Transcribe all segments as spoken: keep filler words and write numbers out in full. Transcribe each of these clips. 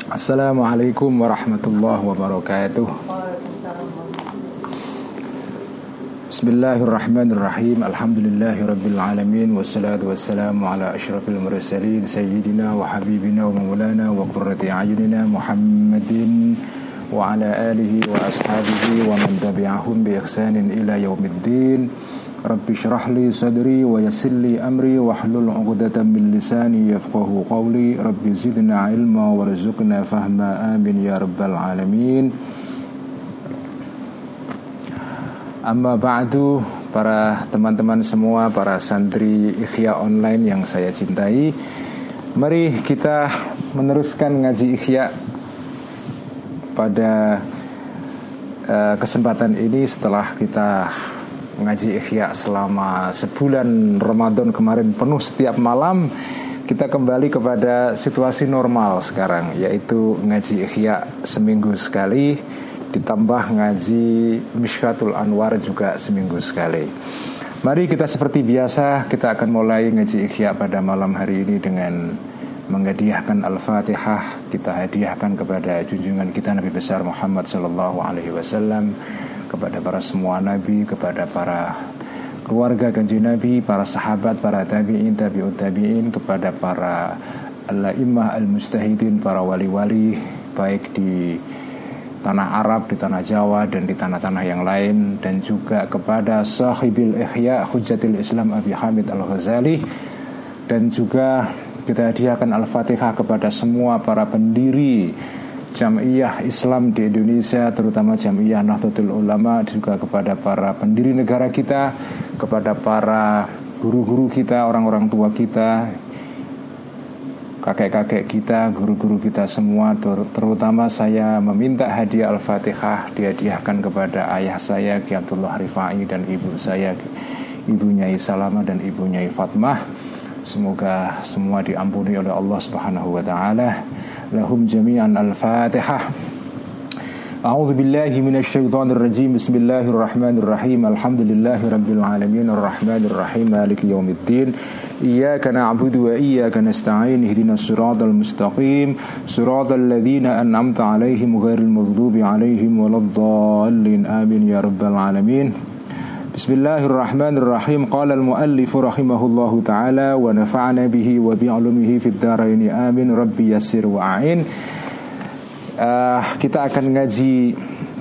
Assalamualaikum warahmatullahi wabarakatuh. Bismillahirrahmanirrahim. Alhamdulillahirabbil alamin wassalatu wassalamu ala asyrafil mursalin sayyidina wa habibina wa maulana wa qurrati a'yunina Muhammadin wa ala alihi wa ashabihi wa man tabi'ahum bi ihsanin ila yaumiddin. Rabbi syrah li sadri wa yassir li amri wahlul 'uqdatam min lisani yafqahu qawli. Rabbi zidna ilma warzuqna fahma, amin ya rabbal alamin. Amma ba'du, para teman-teman semua, para santri Ikhya online yang saya cintai, mari kita meneruskan ngaji Ikhya pada uh, kesempatan ini setelah kita ngaji Ikhya selama sebulan Ramadan kemarin penuh setiap malam. Kita kembali kepada situasi normal sekarang, yaitu ngaji Ikhya seminggu sekali, ditambah ngaji Mishkatul Anwar juga seminggu sekali. Mari kita seperti biasa, kita akan mulai ngaji Ikhya pada malam hari ini dengan menghadiahkan Al-Fatihah. Kita hadiahkan kepada junjungan kita Nabi besar Muhammad sallallahu alaihi wasallam, kepada para semua nabi, kepada para keluarga kanjeng Nabi, para sahabat, para tabi'in, tabi'ut tabi'in, kepada para al-a'immah al-mustahidin, para wali-wali baik di tanah Arab, di tanah Jawa dan di tanah-tanah yang lain, dan juga kepada sahibil Ihya Hujjatil Islam Abi Hamid Al-Ghazali. Dan juga kita hadiahkan Al-Fatihah kepada semua para pendiri Jam'iyah Islam di Indonesia, terutama Jam'iyah Nahdlatul Ulama, juga kepada para pendiri negara kita, kepada para guru-guru kita, orang-orang tua kita, kakek-kakek kita, guru-guru kita semua. Terutama saya meminta hadiah Al-Fatihah dihadiahkan kepada ayah saya Qiyatullah Rifai dan ibu saya Ibu Nyai Salama dan Ibu Nyai Fatmah. Semoga semua diampuni oleh Allah Subhanahu wa taala. Lahum jami'an al-Fatihah. A'udzu billahi minasy syaithanir rajim. Bismillahirrahmanirrahim. Alhamdulillahirabbil alamin arrahmanir rahim maliki yaumiddin. Iyyaka na'budu wa iyyaka nasta'in. Ihdinas siratal mustaqim. Siratal ladzina an'amta 'alaihim ghairil maghdubi 'alaihim waladdallin. Amin ya rabbal alamin. Bismillahirrahmanirrahim. Qala al-muallif rahimahullahu ta'ala wa nafa'ana bihi wa bi'ulumihi fid dharaini amin. Rabbi yassir wa a'in. uh, Kita akan ngaji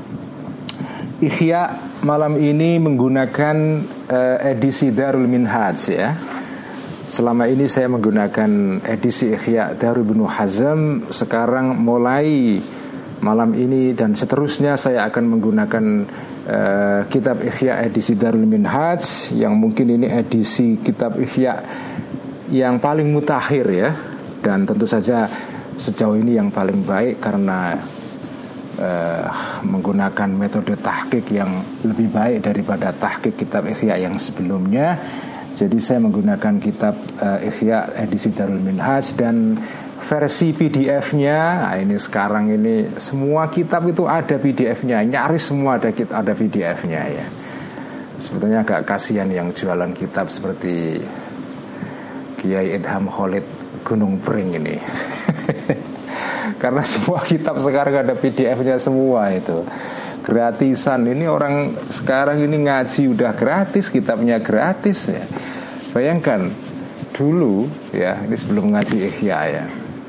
Ikhya malam ini menggunakan uh, edisi Darul Minhaj ya. Selama ini saya menggunakan edisi Ikhya Darul Ibnu Hazm. Sekarang mulai malam ini dan seterusnya saya akan menggunakan Uh, kitab Ikhya edisi Darul Minhaj, yang mungkin ini edisi kitab Ikhya yang paling mutakhir ya, dan tentu saja sejauh ini yang paling baik karena uh, menggunakan metode tahqiq yang lebih baik daripada tahqiq kitab Ikhya yang sebelumnya. Jadi saya menggunakan kitab uh, Ikhya edisi Darul Minhaj, dan versi P D F-nya, nah ini sekarang ini semua kitab itu ada P D F-nya, nyaris semua ada ada P D F-nya ya. Sebetulnya agak kasihan yang jualan kitab seperti Kiai Idham Khalid Gunung Pring ini. Karena semua kitab sekarang ada P D F-nya semua itu. Gratisan, ini orang sekarang ini ngaji udah gratis, kitabnya gratis ya. Bayangkan dulu ya, ini sebelum ngaji Ikhya ya,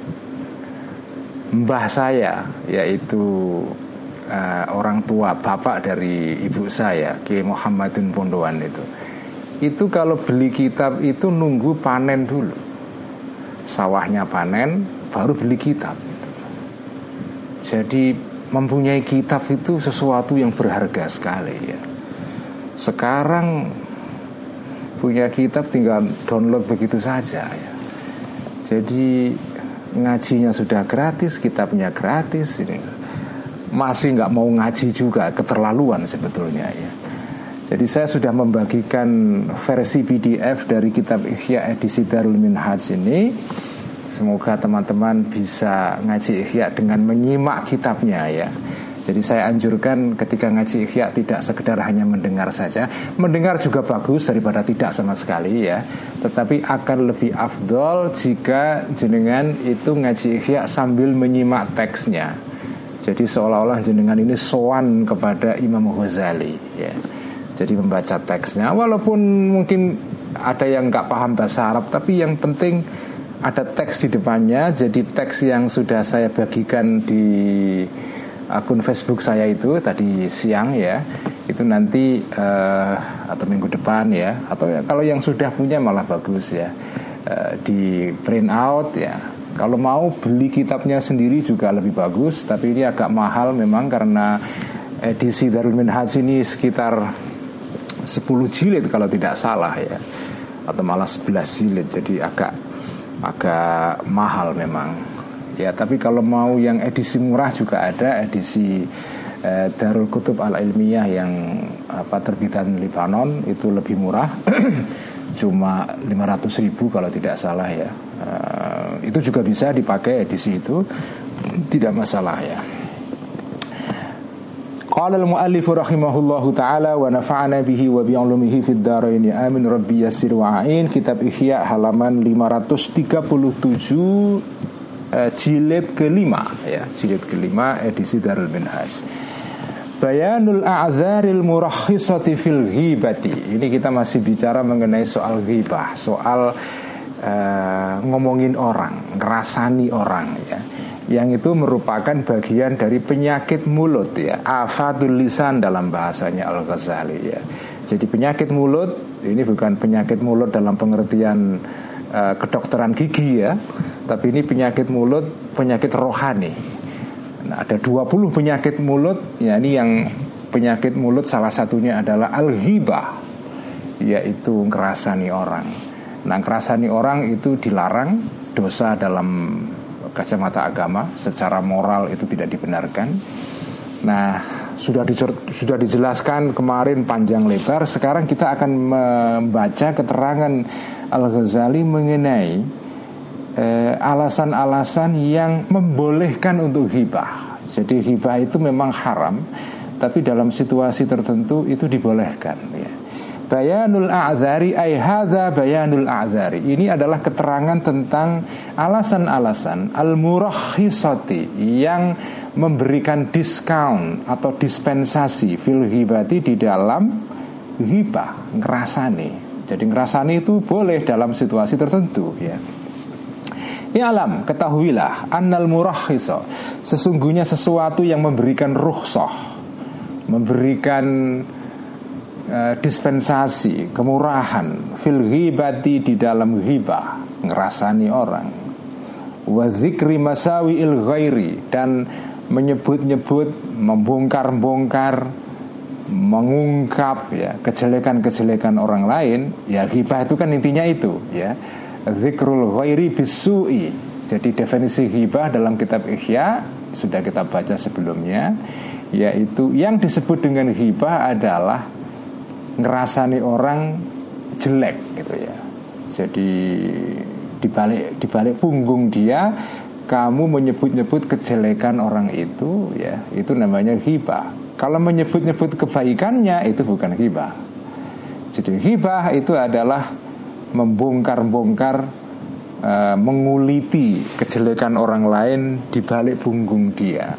mbah saya, yaitu uh, orang tua bapak dari ibu saya, Kiai Muhammadin Pondoan itu Itu kalau beli kitab itu nunggu panen dulu, sawahnya panen baru beli kitab. Jadi mempunyai kitab itu sesuatu yang berharga sekali ya. Sekarang punya kitab tinggal download begitu saja ya. Jadi ngajinya sudah gratis, kitabnya gratis, ini masih nggak mau ngaji juga, keterlaluan sebetulnya ya. Jadi saya sudah membagikan versi P D F dari kitab Ikhya edisi Darul Minhaj ini. Semoga teman-teman bisa ngaji Ikhya dengan menyimak kitabnya ya. Jadi saya anjurkan ketika ngaji Ihya tidak sekedar hanya mendengar saja. Mendengar juga bagus daripada tidak sama sekali ya. Tetapi akan lebih afdol jika jenengan itu ngaji Ihya sambil menyimak teksnya. Jadi seolah-olah jenengan ini sowan kepada Imam Ghazali ya. Jadi membaca teksnya, walaupun mungkin ada yang nggak paham bahasa Arab, tapi yang penting ada teks di depannya. Jadi teks yang sudah saya bagikan di akun Facebook saya itu tadi siang ya, itu nanti uh, atau minggu depan ya, atau ya, kalau yang sudah punya malah bagus ya, uh, di print out ya. Kalau mau beli kitabnya sendiri juga lebih bagus, tapi ini agak mahal memang karena edisi Darul Minhaj ini sekitar sepuluh jilid kalau tidak salah ya, atau malah sebelas jilid, jadi agak agak mahal memang. Ya, tapi kalau mau yang edisi murah juga ada, edisi eh, Darul Kutub Al-Ilmiyah yang apa terbitan Libanon itu lebih murah, cuma lima ratus ribu kalau tidak salah ya. Eh, itu juga bisa dipakai edisi itu, tidak masalah ya. Qala al-muallif rahimahullahu taala wa nafa'ana bihi wa bi 'ulumihi fid dharain amin rabbi yassir wa a'in. Kitab Ihya halaman lima ratus tiga puluh tujuh, Uh, jilid kelima ya, jilid kelima edisi Darul Minhaj. Bayanul a'dzaril murakhisati fil ghibati. Ini kita masih bicara mengenai soal ghibah, soal uh, ngomongin orang, ngerasani orang ya. Yang itu merupakan bagian dari penyakit mulut ya, afatul lisan dalam bahasanya Al-Ghazali ya. Jadi penyakit mulut ini bukan penyakit mulut dalam pengertian uh, kedokteran gigi ya, tapi ini penyakit mulut, penyakit rohani. Nah, ada dua puluh penyakit mulut. Ya, ini yang penyakit mulut salah satunya adalah al-ghibah, yaitu ngerasani orang. Nah, ngerasani orang itu dilarang, dosa dalam kacamata agama, secara moral itu tidak dibenarkan. Nah, sudah di, sudah dijelaskan kemarin panjang lebar. Sekarang kita akan membaca keterangan Al-Ghazali mengenai Eh, alasan-alasan yang membolehkan untuk ghibah. Jadi ghibah itu memang haram, tapi dalam situasi tertentu itu dibolehkan ya. Bayanul a'dzari ay hadza bayanul a'dzari. Ini adalah keterangan tentang alasan-alasan al-murakhisati yang memberikan diskon atau dispensasi fil ghibati di dalam ghibah, ngerasani. Jadi ngerasani itu boleh dalam situasi tertentu ya. Ya alam, ketahuilah annal murakhisa, sesungguhnya sesuatu yang memberikan rukhsah, memberikan uh, dispensasi, kemurahan fil ghibati di dalam ghibah, ngerasani orang, wa dzikri masawi'il ghairi, dan menyebut-nyebut, membongkar-bongkar, mengungkap ya kejelekan-kejelekan orang lain. Ya ghibah itu kan intinya itu ya, zikrul ghairi bisu'i. Jadi definisi ghibah dalam kitab Ihya sudah kita baca sebelumnya, yaitu yang disebut dengan ghibah adalah ngerasani orang jelek gitu ya. Jadi dibalik dibalik punggung dia kamu menyebut-nyebut kejelekan orang itu ya, itu namanya ghibah. Kalau menyebut-nyebut kebaikannya itu bukan ghibah. Jadi ghibah itu adalah membongkar-bongkar, uh, menguliti kejelekan orang lain di balik punggung dia.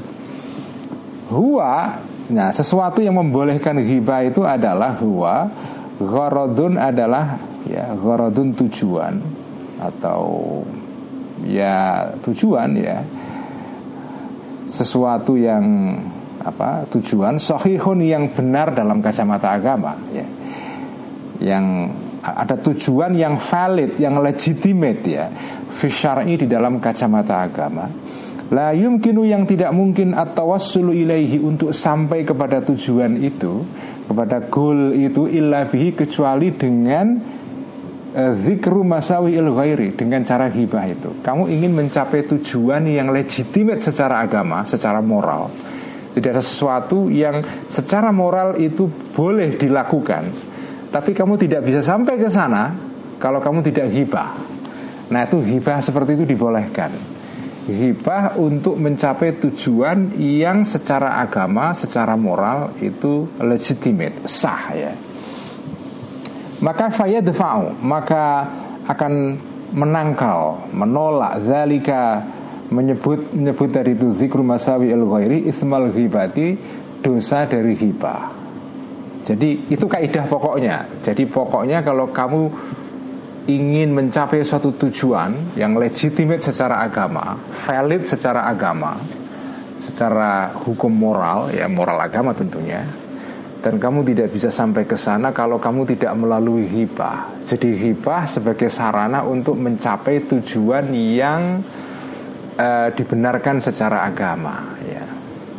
Huwa, nah sesuatu yang membolehkan ghibah itu adalah huwa, gharadun adalah ya gharadun tujuan atau ya tujuan ya, sesuatu yang apa tujuan sahihun yang benar dalam kacamata agama ya, yang ada tujuan yang valid, yang legitimate ya, fi syar'i di dalam kacamata agama. La yumkinu, yang tidak mungkin at-tawassulu ilaihi, untuk sampai kepada tujuan itu, kepada goal itu, illa bihi, kecuali dengan uh, zikru masawi'il ghairi, dengan cara ghibah itu. Kamu ingin mencapai tujuan yang legitimate secara agama, secara moral. Tidak ada sesuatu yang secara moral itu boleh dilakukan, tapi kamu tidak bisa sampai ke sana kalau kamu tidak ghibah. Nah itu ghibah seperti itu dibolehkan. Hibah untuk mencapai tujuan yang secara agama, secara moral itu legitimate, sah ya. Maka fayadfa'u, maka akan menangkal, menolak zalika, menyebut menyebut dari itu zikru masawi al-ghairi ismal ghibati, dosa dari hibah. Jadi itu kaidah pokoknya. Jadi pokoknya kalau kamu ingin mencapai suatu tujuan yang legitimate secara agama, valid secara agama, secara hukum moral, ya moral agama tentunya, dan kamu tidak bisa sampai ke sana kalau kamu tidak melalui hibah. Jadi hibah sebagai sarana untuk mencapai tujuan yang uh, dibenarkan secara agama, ya.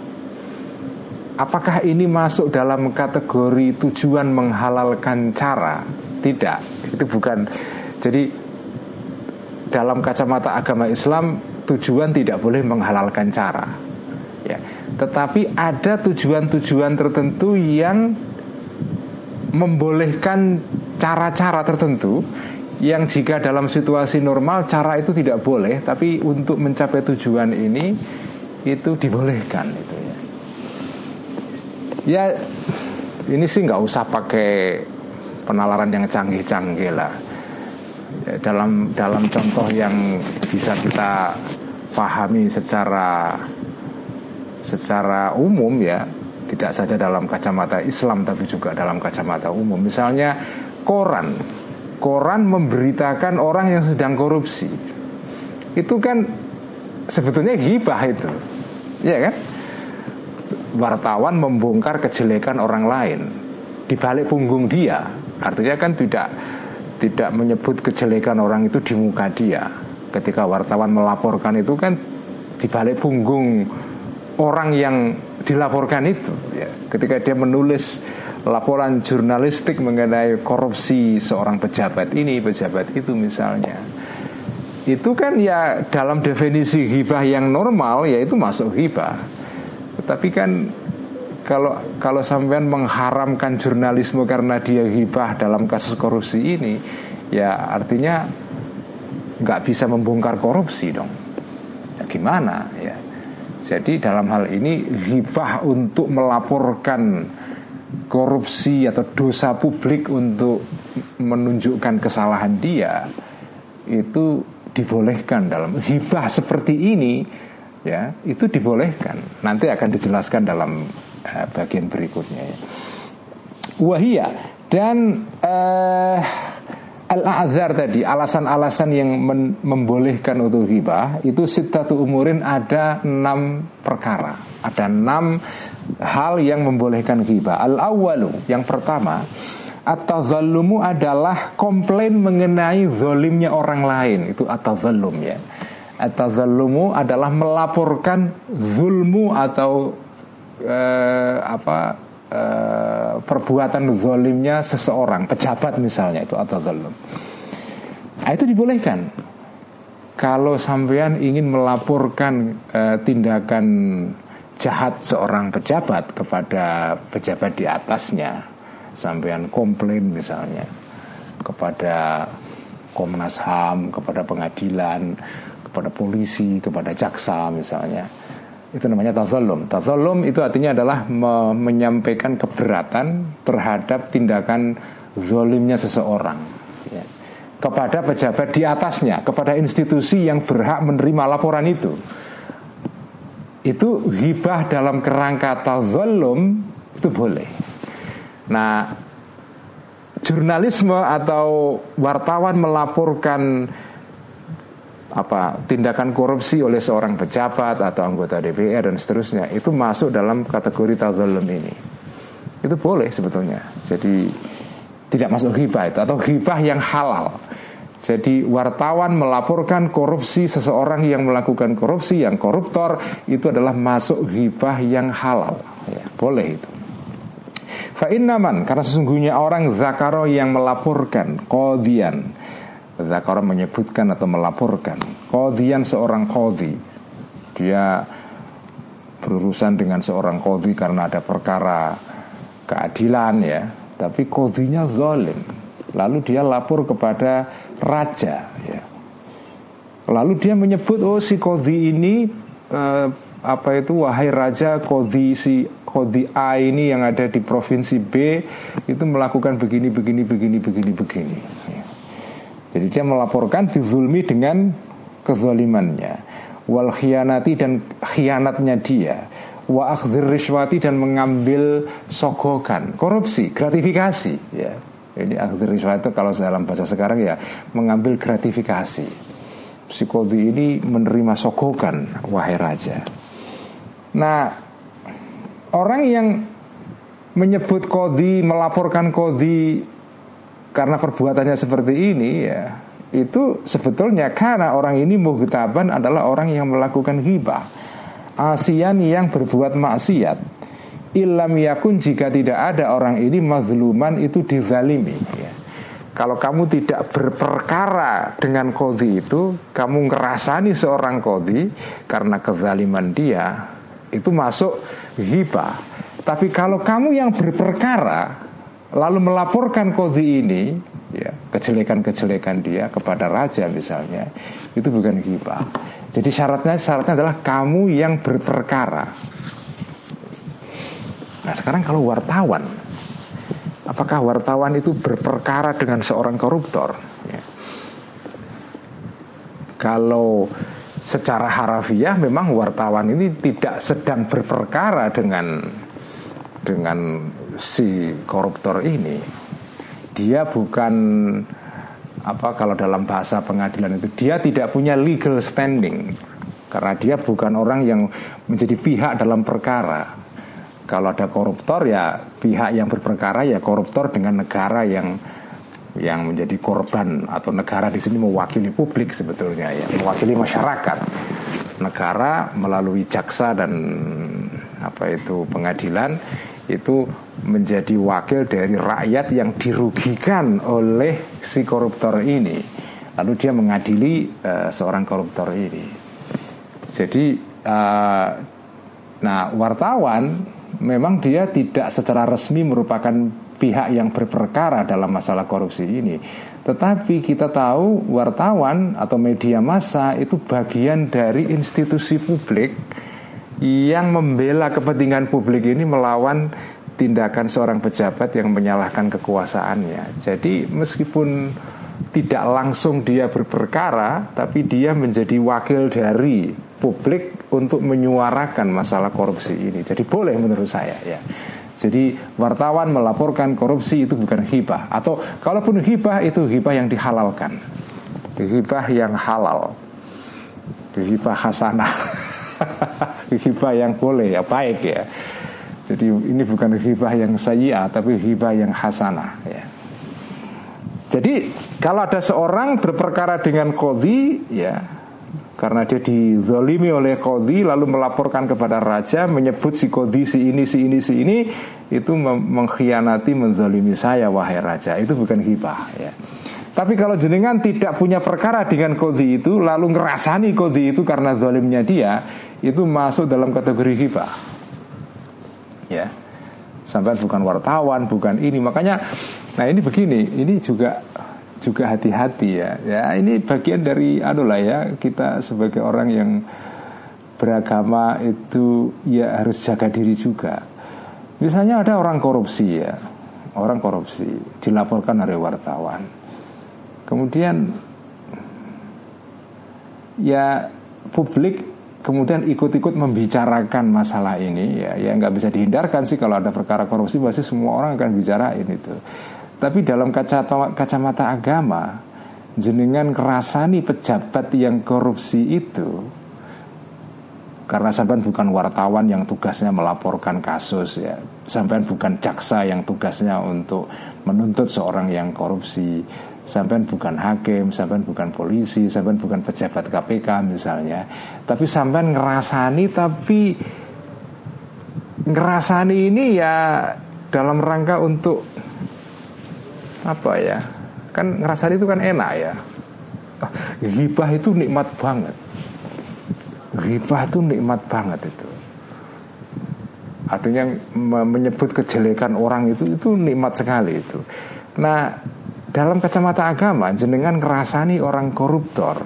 Apakah ini masuk dalam kategori tujuan menghalalkan cara? Tidak, itu bukan. Jadi dalam kacamata agama Islam tujuan tidak boleh menghalalkan cara, ya. Tetapi ada tujuan-tujuan tertentu yang membolehkan cara-cara tertentu yang jika dalam situasi normal cara itu tidak boleh, tapi untuk mencapai tujuan ini itu dibolehkan itu ya. Ya ini sih nggak usah pakai penalaran yang canggih-canggih lah. Dalam dalam contoh yang bisa kita pahami secara secara umum ya, tidak saja dalam kacamata Islam tapi juga dalam kacamata umum. Misalnya koran, koran memberitakan orang yang sedang korupsi, itu kan sebetulnya ghibah itu, ya kan? Wartawan membongkar kejelekan orang lain di balik punggung dia, artinya kan tidak tidak menyebut kejelekan orang itu di muka dia. Ketika wartawan melaporkan itu kan di balik punggung orang yang dilaporkan itu ya. Ketika dia menulis laporan jurnalistik mengenai korupsi seorang pejabat ini, pejabat itu misalnya, itu kan ya dalam definisi ghibah yang normal ya itu masuk ghibah. Tetapi kan Kalau kalau sampean mengharamkan jurnalisme karena dia ghibah dalam kasus korupsi ini, ya artinya nggak bisa membongkar korupsi dong. Ya gimana ya? Jadi dalam hal ini ghibah untuk melaporkan korupsi atau dosa publik untuk menunjukkan kesalahan dia itu dibolehkan dalam ghibah seperti ini, ya itu dibolehkan. Nanti akan dijelaskan dalam bagian berikutnya ya. Wahia dan uh, al-a'dzar tadi, alasan-alasan yang men- membolehkan untuk ghibah itu sittatu umurin, ada enam perkara, ada enam hal yang membolehkan ghibah. Al-awwalu, yang pertama, at-tazallumu adalah komplain mengenai zalimnya orang lain, itu at-tazallum ya. At-tazallumu adalah melaporkan zulmu atau Uh, apa uh, perbuatan zalimnya seseorang, pejabat misalnya, itu atau zalim. Nah, itu dibolehkan. Kalau sampean ingin melaporkan uh, tindakan jahat seorang pejabat kepada pejabat di atasnya, sampean komplain misalnya kepada Komnas H A M, kepada pengadilan, kepada polisi, kepada jaksa misalnya, itu namanya tazallum. Tazallum itu artinya adalah me- menyampaikan keberatan terhadap tindakan zalimnya seseorang ya, kepada pejabat di atasnya, kepada institusi yang berhak menerima laporan itu. Itu ghibah dalam kerangka tazallum itu boleh. Nah, jurnalisme atau wartawan melaporkan apa tindakan korupsi oleh seorang pejabat atau anggota D P R dan seterusnya, itu masuk dalam kategori tazallum ini. Itu boleh sebetulnya. Jadi tidak masuk ghibah itu, atau ghibah yang halal. Jadi wartawan melaporkan korupsi seseorang yang melakukan korupsi, yang koruptor, itu adalah masuk ghibah yang halal ya, boleh itu. Fa innaman, karena sesungguhnya orang zakaro yang melaporkan qadhiyan, zakara menyebutkan atau melaporkan qadhiyan, seorang qadhi, dia berurusan dengan seorang qadhi karena ada perkara keadilan ya, tapi qadhinya zalim, lalu dia lapor kepada raja ya. Lalu dia menyebut, oh si Qadhi ini eh, apa itu, wahai raja, Qadhi si Qadhi A ini yang ada di provinsi B itu melakukan begini begini begini begini begini. Jadi dia melaporkan bizulmi dengan kezalimannya, wal khianati dan khianatnya dia, wa akhdhir rishwati dan mengambil sogokan, korupsi, gratifikasi ya. Ini akhdhir rishwati itu kalau dalam bahasa sekarang ya mengambil gratifikasi. Si Qadhi ini menerima sogokan, wahai raja. Nah, orang yang menyebut Qadhi, melaporkan Qadhi karena perbuatannya seperti ini ya, itu sebetulnya karena orang ini mughtaban adalah orang yang melakukan ghibah, asian yang berbuat maksiat. Illam yakun, jika tidak ada orang ini mazluman itu dizalimi ya. Kalau kamu tidak berperkara dengan Qadhi itu, kamu ngerasani seorang Qadhi karena kezaliman dia, itu masuk ghibah. Tapi kalau kamu yang berperkara lalu melaporkan Qadhi ini ya, kejelekan-kejelekan dia kepada raja misalnya, itu bukan ghibah. Jadi syaratnya syaratnya adalah kamu yang berperkara. Nah sekarang kalau wartawan, apakah wartawan itu berperkara dengan seorang koruptor ya? Kalau secara harafiah memang wartawan ini tidak sedang berperkara dengan dengan si koruptor ini. Dia bukan apa, kalau dalam bahasa pengadilan itu dia tidak punya legal standing karena dia bukan orang yang menjadi pihak dalam perkara. Kalau ada koruptor ya pihak yang berperkara ya koruptor dengan negara yang yang menjadi korban, atau negara di sini mewakili publik sebetulnya ya, mewakili masyarakat. Negara melalui jaksa dan apa itu pengadilan itu menjadi wakil dari rakyat yang dirugikan oleh si koruptor ini. Lalu dia mengadili uh, seorang koruptor ini. Jadi uh, nah wartawan memang dia tidak secara resmi merupakan pihak yang berperkara dalam masalah korupsi ini. Tetapi kita tahu wartawan atau media massa itu bagian dari institusi publik yang membela kepentingan publik ini melawan tindakan seorang pejabat yang menyalahkan kekuasaannya. Jadi meskipun tidak langsung dia berperkara, tapi dia menjadi wakil dari publik untuk menyuarakan masalah korupsi ini. Jadi boleh menurut saya ya. Jadi wartawan melaporkan korupsi itu bukan ghibah, atau kalaupun ghibah itu ghibah yang dihalalkan, ghibah yang halal, ghibah hasanah, ghibah yang boleh ya, baik ya. Jadi ini bukan ghibah yang sayyi'ah, tapi ghibah yang hasanah ya. Jadi kalau ada seorang berperkara dengan Qadhi ya, karena dia dizalimi oleh Qadhi lalu melaporkan kepada raja, menyebut si Qadhi si ini si ini si ini, itu mengkhianati, menzalimi saya wahai raja, itu bukan ghibah ya. Tapi kalau jenengan tidak punya perkara dengan Qadhi itu lalu ngerasani Qadhi itu karena zalimnya dia, itu masuk dalam kategori ghibah ya. Sampai bukan wartawan, bukan ini. Makanya nah ini begini, ini juga juga hati-hati ya. Ya ini bagian dari anu lah ya, kita sebagai orang yang beragama itu ya harus jaga diri juga. Misalnya ada orang korupsi ya, orang korupsi dilaporkan oleh wartawan. Kemudian ya publik kemudian ikut-ikut membicarakan masalah ini ya, ya nggak bisa dihindarkan sih kalau ada perkara korupsi pasti semua orang akan bicarain itu. Tapi dalam kacamata, kacamata agama, jenengan kerasani pejabat yang korupsi itu karena sampean bukan wartawan yang tugasnya melaporkan kasus ya, sampean bukan jaksa yang tugasnya untuk menuntut seorang yang korupsi, sampean bukan hakim, sampean bukan polisi, sampean bukan pejabat K P K misalnya, tapi sampean ngerasani, tapi ngerasani ini ya dalam rangka untuk apa ya, kan ngerasani itu kan enak ya. Ghibah itu nikmat banget. Ghibah itu nikmat banget itu. Artinya menyebut kejelekan orang itu itu nikmat sekali itu. Nah, dalam kacamata agama jenengan ngerasani orang koruptor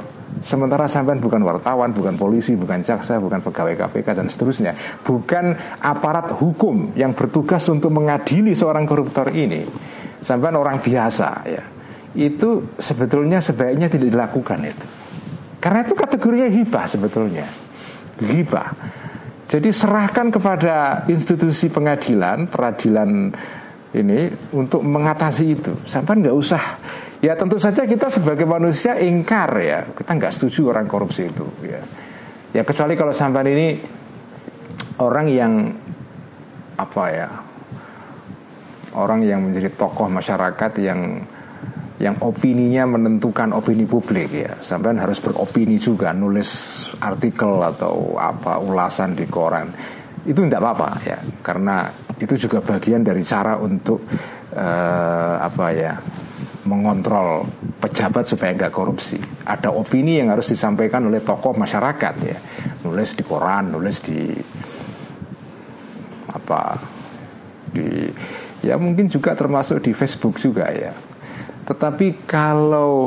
Sementara sampean bukan wartawan, bukan polisi, bukan jaksa, bukan pegawai K P K dan seterusnya, bukan aparat hukum yang bertugas untuk mengadili seorang koruptor ini. Sampean orang biasa ya. Itu sebetulnya sebaiknya tidak dilakukan itu. Karena itu kategorinya hibah sebetulnya. Hibah. Jadi serahkan kepada institusi pengadilan, peradilan ini untuk mengatasi itu. Sampean nggak usah. Ya tentu saja kita sebagai manusia ingkar ya, kita nggak setuju orang korupsi itu ya. Ya kecuali kalau sampean ini orang yang apa ya, orang yang menjadi tokoh masyarakat yang yang opininya menentukan opini publik ya. Sampean harus beropini juga, nulis artikel atau apa ulasan di koran. Itu tidak apa-apa ya, karena itu juga bagian dari cara untuk uh, apa ya, mengontrol pejabat supaya nggak korupsi. Ada opini yang harus disampaikan oleh tokoh masyarakat ya, nulis di koran, nulis di apa, di ya mungkin juga termasuk di Facebook juga ya. Tetapi kalau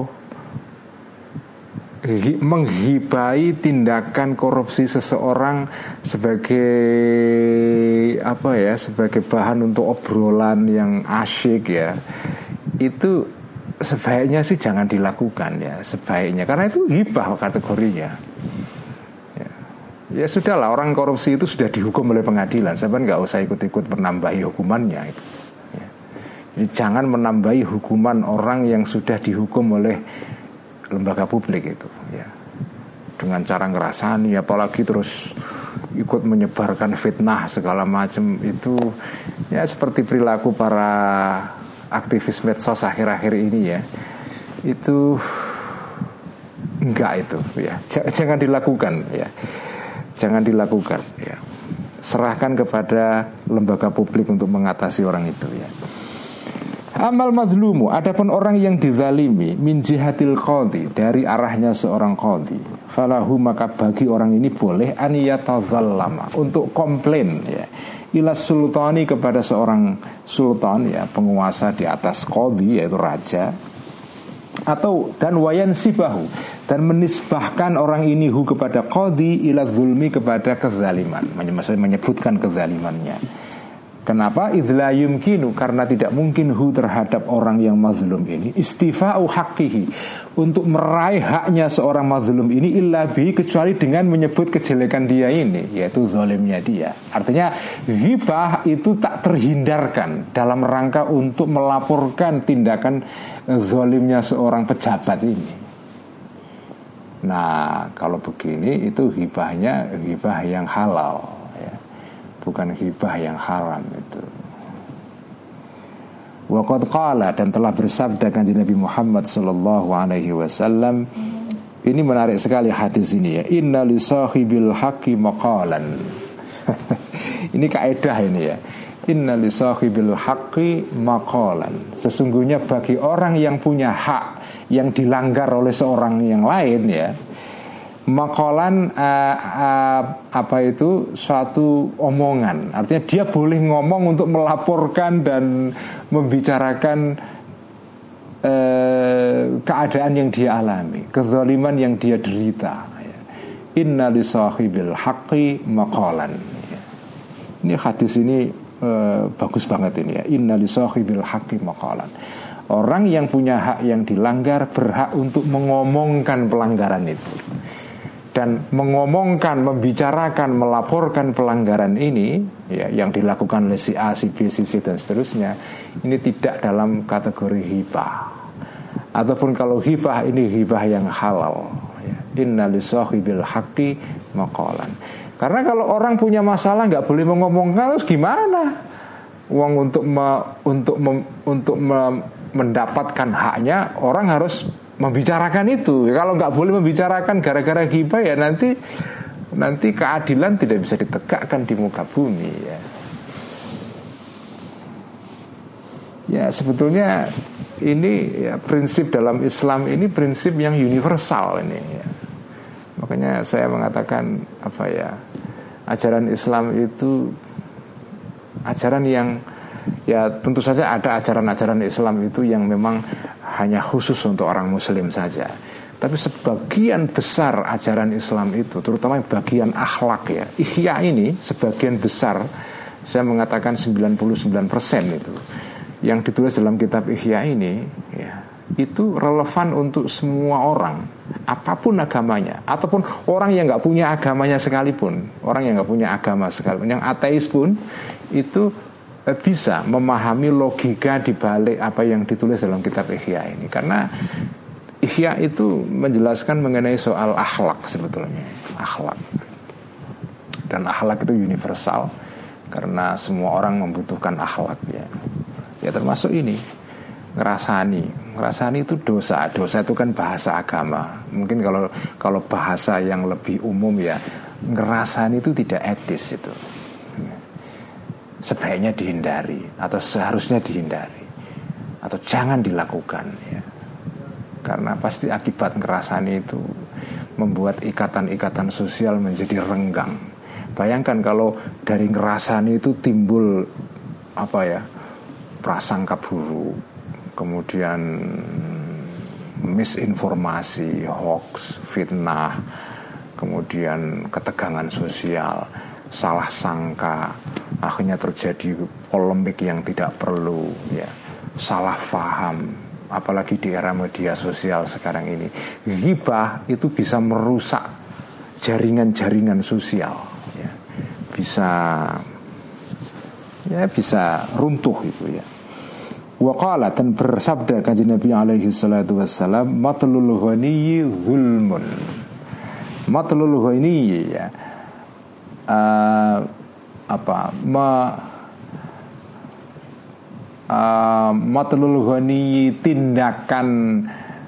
menghibai tindakan korupsi seseorang sebagai apa ya, sebagai bahan untuk obrolan yang asyik ya, itu sebaiknya sih jangan dilakukan ya, sebaiknya, karena itu hibah kategorinya. Ya, ya sudahlah, orang korupsi itu sudah dihukum oleh pengadilan, sampai nggak usah ikut-ikut menambahi hukumannya itu. Ya. Jadi jangan menambahi hukuman orang yang sudah dihukum oleh lembaga publik itu. Ya. Dengan cara ngerasani, apalagi terus ikut menyebarkan fitnah segala macam itu, ya seperti perilaku para aktivis medsos akhir-akhir ini ya, itu enggak itu ya, J- jangan dilakukan ya, jangan dilakukan ya. Serahkan kepada lembaga publik untuk mengatasi orang itu ya. Amal mazlumu, adapun orang yang dizalimi min jihatil qadhi, dari arahnya seorang qadhi, falahu, maka bagi orang ini boleh an yatazallama, untuk komplain ya, ila sultani, kepada seorang sultan ya, penguasa di atas qadhi yaitu raja, atau dan wayan sibahu, dan menisbahkan orang ini hu kepada qadhi ila zulmi, kepada kezaliman, menyebutkan kezalimannya. Kenapa? Idla yumkinu, karena tidak mungkin hu terhadap orang yang mazlum ini istifa'u haqqihi, untuk meraih haknya seorang mazlum ini illa bi, kecuali dengan menyebut kejelekan dia ini, yaitu zalimnya dia. Artinya hibah itu tak terhindarkan dalam rangka untuk melaporkan tindakan zalimnya seorang pejabat ini. Nah kalau begini itu hibahnya hibah yang halal, bukan hibah yang haram itu. Wa qad qala, dan telah bersabda kanjeng Nabi Muhammad sallallahu alaihi wasallam. Ini menarik sekali hadis ini ya. Inna li sahibil haqqi maqalan. Ini kaidah ini ya. Inna li sahibil haqqi maqalan. Sesungguhnya bagi orang yang punya hak yang dilanggar oleh seorang yang lain ya, maqalan uh, uh, apa itu, suatu omongan. Artinya dia boleh ngomong untuk melaporkan dan membicarakan uh, keadaan yang dia alami, kezaliman yang dia derita. Inna li sahibil haqqi maqalan. Ini hadis ini uh, bagus banget ini ya. Inna li sahibil haqqi maqalan. Orang yang punya hak yang dilanggar berhak untuk mengomongkan pelanggaran itu, dan mengomongkan, membicarakan, melaporkan pelanggaran ini ya, yang dilakukan oleh si A, si B, si C dan seterusnya. Ini tidak dalam kategori hibah. Ataupun kalau hibah, ini hibah yang halal ya. Inna li sahibil haqqi maqalan. Karena kalau orang punya masalah nggak boleh mengomongkan, terus gimana? Uang untuk me, untuk me, untuk me, mendapatkan haknya, orang harus membicarakan itu. Kalau nggak boleh membicarakan gara-gara ghibah, ya nanti nanti keadilan tidak bisa ditegakkan di muka bumi ya. Ya sebetulnya ini ya, prinsip dalam Islam ini prinsip yang universal ini ya. Makanya saya mengatakan apa ya, ajaran Islam itu ajaran yang ya tentu saja ada ajaran-ajaran Islam itu yang memang hanya khusus untuk orang muslim saja. Tapi sebagian besar ajaran Islam itu, terutama bagian akhlak ya, ihya ini sebagian besar, saya mengatakan sembilan puluh sembilan persen itu yang ditulis dalam kitab ihya ini ya, itu relevan untuk semua orang, apapun agamanya, ataupun orang yang nggak punya agamanya sekalipun, orang yang nggak punya agama sekalipun, yang ateis pun itu eh, bisa memahami logika di balik apa yang ditulis dalam kitab ihya ini. Karena ihya itu menjelaskan mengenai soal akhlak sebetulnya, akhlak. Dan akhlak itu universal karena semua orang membutuhkan akhlak ya. Ya termasuk ini, ngerasani. Ngerasani itu dosa. Dosa itu kan bahasa agama. Mungkin kalau kalau bahasa yang lebih umum ya, ngerasani itu tidak etis itu. Sebaiknya dihindari atau seharusnya dihindari atau jangan dilakukan ya. Karena pasti akibat ngerasani itu membuat ikatan-ikatan sosial menjadi renggang. Bayangkan kalau dari ngerasani itu timbul apa ya, prasangka buruk, kemudian misinformasi, hoax, fitnah, kemudian ketegangan sosial, salah sangka, akhirnya terjadi polemik yang tidak perlu ya, salah faham. Apalagi di era media sosial sekarang ini, ghibah itu bisa merusak jaringan-jaringan sosial ya. Bisa ya bisa runtuh itu ya. Waqala, dan bersabda kanjeng Nabi alaihi salatu wassalam, matlul ghaniyyi zulmun. Matlul ghaniyyi ya, uh, apa ma Uh, matlul ghani, tindakan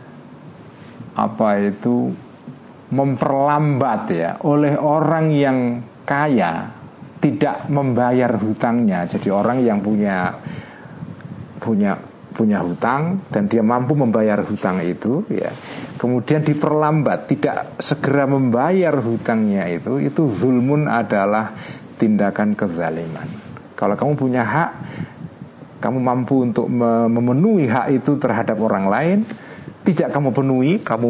apa itu memperlambat ya oleh orang yang kaya tidak membayar hutangnya. Jadi orang yang punya punya punya hutang dan dia mampu membayar hutang itu ya, kemudian diperlambat tidak segera membayar hutangnya itu, itu zulmun, adalah tindakan kezaliman. Kalau kamu punya hak, kamu mampu untuk memenuhi hak itu terhadap orang lain, tidak kamu penuhi, kamu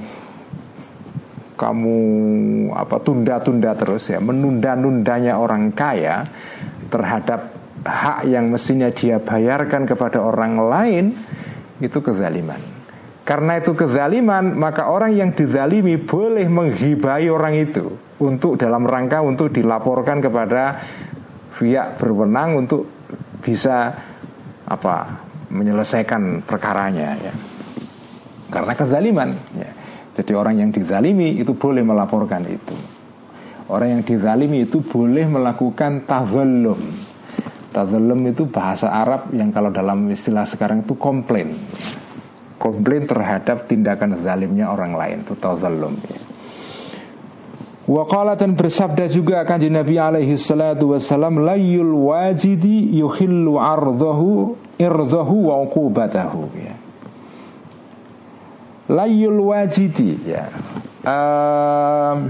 kamu apa tunda-tunda terus ya, menunda-nundanya orang kaya terhadap hak yang mestinya dia bayarkan kepada orang lain, itu kezaliman. Karena itu kezaliman, maka orang yang dizalimi boleh menghibai orang itu untuk dalam rangka untuk dilaporkan kepada pihak berwenang untuk bisa apa menyelesaikan perkaranya ya. Karena kezaliman ya. Jadi orang yang dizalimi itu boleh melaporkan itu. Orang yang dizalimi itu boleh melakukan tazallum. Tazallum itu bahasa Arab yang kalau dalam istilah sekarang itu komplain. Komplain terhadap tindakan zalimnya orang lain, itu tazallum ya. Wa qala, dan bersabda juga kanjeng Nabi alaihi salatu wassalam, layul wajidi yuhillu ardahu irdahu wa uqubatahu ya. Layul wajidi ya, um,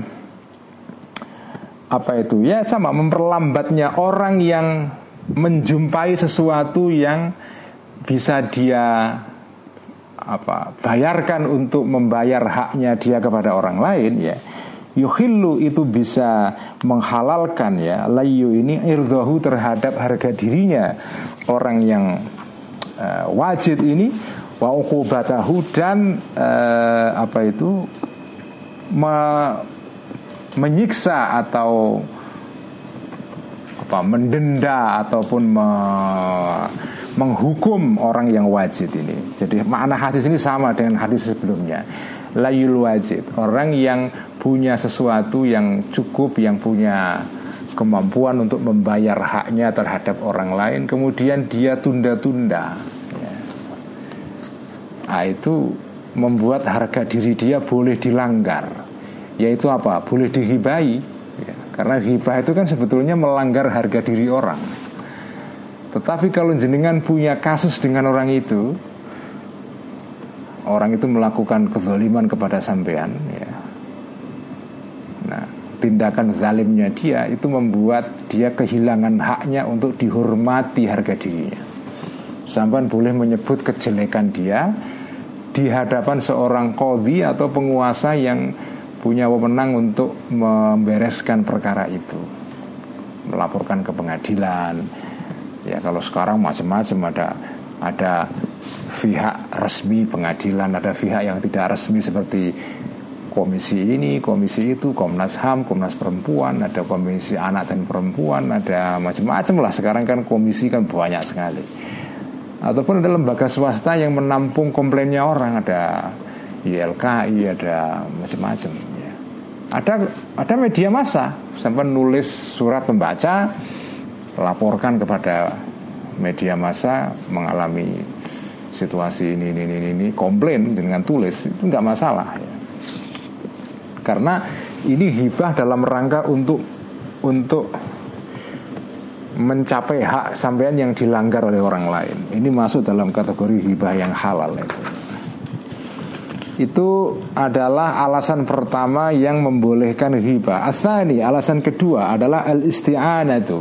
apa itu ya, sama memperlambatnya orang yang menjumpai sesuatu yang bisa dia apa bayarkan untuk membayar haknya dia kepada orang lain ya. Yuhillu itu bisa menghalalkan ya, layu ini irdahu terhadap harga dirinya orang yang uh, wajid ini, wa uqubatahu, dan uh, apa itu me, menyiksa atau apa mendenda ataupun me, menghukum orang yang wajid ini. Jadi makna hadis ini sama dengan hadis sebelumnya. Layul wajid, orang yang punya sesuatu yang cukup, yang punya kemampuan untuk membayar haknya terhadap orang lain, kemudian dia tunda-tunda ya. Nah, itu membuat harga diri dia boleh dilanggar. Yaitu apa? Boleh dihibai ya. Karena hibah itu kan sebetulnya melanggar harga diri orang. Tetapi kalau jenengan punya kasus dengan orang itu, orang itu melakukan kezaliman kepada sampean ya. Nah, tindakan zalimnya dia itu membuat dia kehilangan haknya untuk dihormati harga dirinya. Sampean boleh menyebut kejelekan dia, di hadapan seorang qadhi atau penguasa yang punya wewenang untuk membereskan perkara itu, melaporkan ke pengadilan. Ya kalau sekarang macam-macam, ada ada pihak resmi pengadilan, ada pihak yang tidak resmi seperti komisi ini, komisi itu, Komnas H A M, Komnas Perempuan, ada komisi anak dan perempuan, ada macam-macam lah. Sekarang kan komisi kan banyak sekali. Ataupun ada lembaga swasta yang menampung komplainnya orang, ada Y L K I, ada macam-macam ya. Ada ada media massa sampai nulis surat pembaca, laporkan kepada media massa mengalami situasi ini ini ini, ini komplain dengan tulis, itu nggak masalah ya. Karena ini hibah dalam rangka untuk untuk mencapai hak sampean yang dilanggar oleh orang lain. Ini masuk dalam kategori hibah yang halal itu. Itu adalah alasan pertama yang membolehkan hibah. Atsani, alasan kedua adalah al-isti'anatu.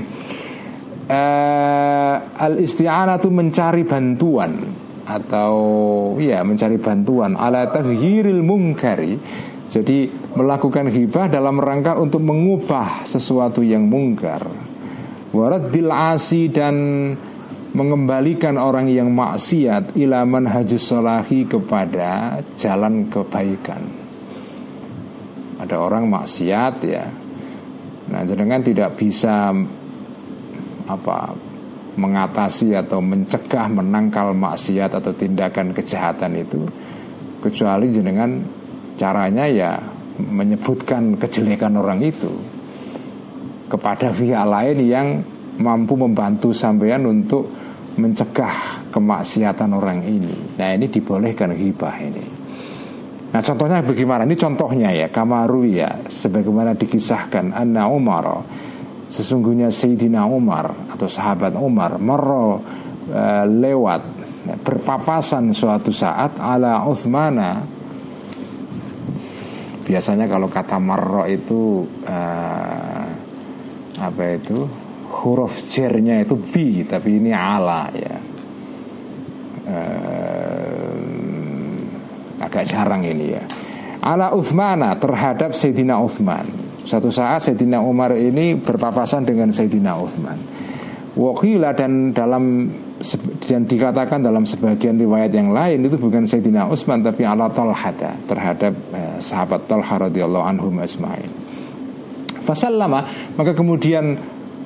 uh, Al-isti'anatu mencari bantuan atau ya mencari bantuan ala taghyiril munkari. Jadi melakukan hibah dalam rangka untuk mengubah sesuatu yang mungkar, waraddil asi, dan mengembalikan orang yang maksiat ila manhajus sholahi, kepada jalan kebaikan. Ada orang maksiat ya, nah jenengan tidak bisa apa mengatasi atau mencegah, menangkal maksiat atau tindakan kejahatan itu, kecuali jenengan caranya ya menyebutkan kejelekan orang itu kepada pihak lain yang mampu membantu sampean untuk mencegah kemaksiatan orang ini. Nah ini dibolehkan hibah ini. Nah contohnya bagaimana? Ini contohnya ya, kamaru ya, sebagaimana dikisahkan anna Umar, sesungguhnya Sayyidina Umar atau sahabat Umar marro uh, lewat berpapasan suatu saat ala Uthmana. Biasanya kalau kata marro itu uh, apa itu, huruf jernya itu bi, tapi ini ala ya. Uh, agak jarang ini ya. Ala Uthmana, terhadap Sayyidina Uthman. Suatu saat Sayyidina Umar ini berpapasan dengan Sayyidina Uthman. Waqila, dan dalam dan dikatakan dalam sebagian riwayat yang lain itu bukan Sayyidina Utsman tapi ala Talhata, terhadap eh, sahabat Talha radhiyallahu anhum ajma'in. Fasallama, maka kemudian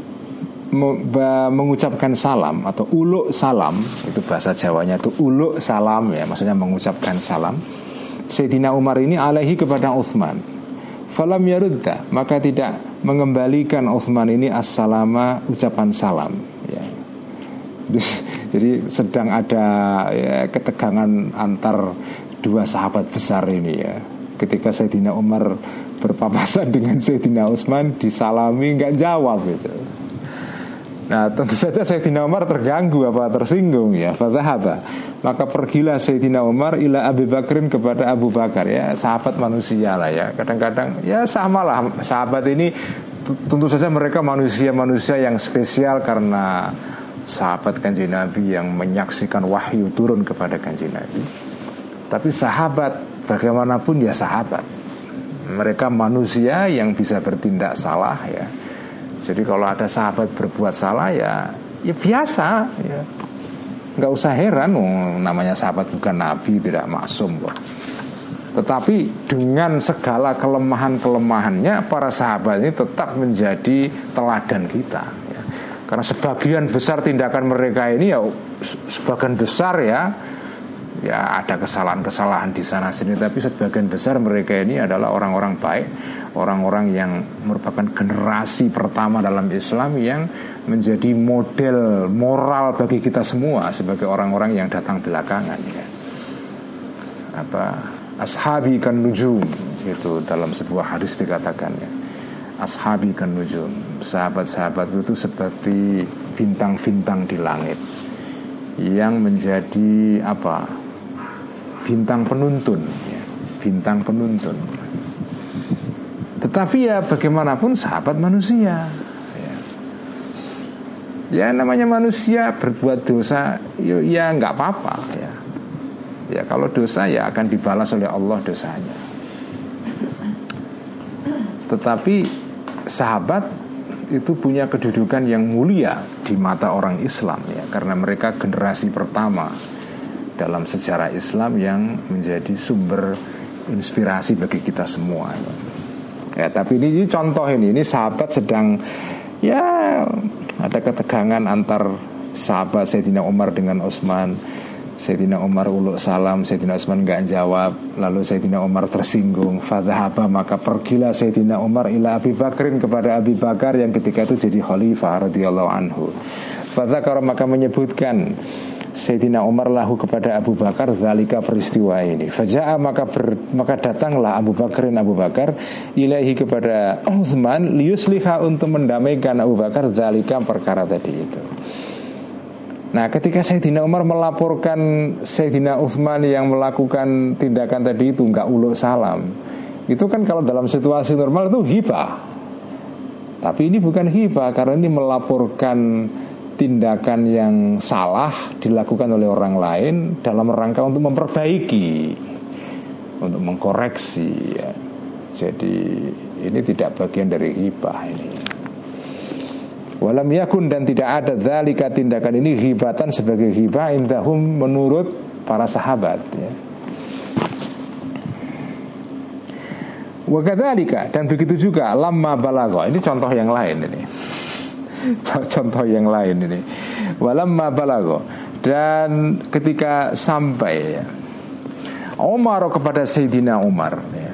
mengucapkan salam atau uluk salam, itu bahasa Jawanya itu uluk salam ya, maksudnya mengucapkan salam Sayyidina Umar ini alaihi kepada Utsman. Falam yarudda, maka tidak mengembalikan Utsman ini as-salama, ucapan salam ya. Jadi sedang ada ya, ketegangan antar dua sahabat besar ini ya. Ketika Sayyidina Umar berpapasan dengan Sayyidina Utsman, disalami nggak jawab gitu. Nah tentu saja Sayyidina Umar terganggu apa tersinggung ya. Fadhahaba, maka pergilah Sayyidina Umar ila Abu Bakrin, kepada Abu Bakar ya, sahabat manusia lah ya. Kadang-kadang ya samalah sahabat ini, tentu saja mereka manusia-manusia yang spesial karena sahabat Kanjeng Nabi yang menyaksikan wahyu turun kepada Kanjeng Nabi. Tapi sahabat bagaimanapun ya sahabat, mereka manusia yang bisa bertindak salah ya. Jadi kalau ada sahabat berbuat salah ya, ya biasa ya. Nggak usah heran, oh, namanya sahabat bukan Nabi, tidak maksum kok. Tetapi dengan segala kelemahan-kelemahannya, para sahabat ini tetap menjadi teladan kita ya. Karena sebagian besar tindakan mereka ini ya, sebagian besar ya, ya ada kesalahan-kesalahan di sana sini, tapi sebagian besar mereka ini adalah orang-orang baik, orang-orang yang merupakan generasi pertama dalam Islam yang menjadi model moral bagi kita semua sebagai orang-orang yang datang belakangan ya. Apa ashabi kan nujum, itu dalam sebuah hadis dikatakan ya, ashabi kan nujum, sahabat-sahabat itu seperti bintang-bintang di langit yang menjadi apa, bintang penuntun ya, bintang penuntun. Tetapi ya bagaimanapun sahabat manusia ya, ya namanya manusia berbuat dosa ya, ya nggak apa-apa ya. ya. Kalau dosa ya akan dibalas oleh Allah dosanya. Tetapi sahabat itu punya kedudukan yang mulia di mata orang Islam ya, karena mereka generasi pertama dalam sejarah Islam yang menjadi sumber inspirasi bagi kita semua ya. Ya, tapi ini, ini contoh ini, ini sahabat sedang ya ada ketegangan antar sahabat Sayyidina Umar dengan Utsman. Sayyidina Umar uluk salam, Sayyidina Utsman enggak jawab. Lalu Sayyidina Umar tersinggung. Fadhahaba, maka pergilah Sayyidina Umar ila Abi Bakrin, kepada Abi Bakar yang ketika itu jadi khalifah radhiyallahu anhu. Fadzakara, maka menyebutkan Sayyidina Umar lahu kepada Abu Bakar zalika, peristiwa ini. Faja'a, maka ber, maka datanglah Abu Bakrin Abu Bakar ilaihi kepada Utsman liyusliha, untuk mendamaikan Abu Bakar zalika, perkara tadi itu. Nah, ketika Sayyidina Umar melaporkan Sayyidina Utsman yang melakukan tindakan tadi itu enggak uluk salam, itu kan kalau dalam situasi normal itu hibah. Tapi ini bukan hibah, karena ini melaporkan tindakan yang salah dilakukan oleh orang lain dalam rangka untuk memperbaiki, untuk mengkoreksi ya. Jadi ini tidak bagian dari hibah ini. Walam yakun, dan tidak ada dzalika, tindakan ini ghibatan, sebagai ghibah indahum, menurut para sahabat ya. Wa kadzalika, dan begitu juga lamma balagha, ini contoh yang lain ini. Contoh yang lain ini. Walamma balagha, dan ketika sampai ya, Umar kepada Sayyidina Umar ya,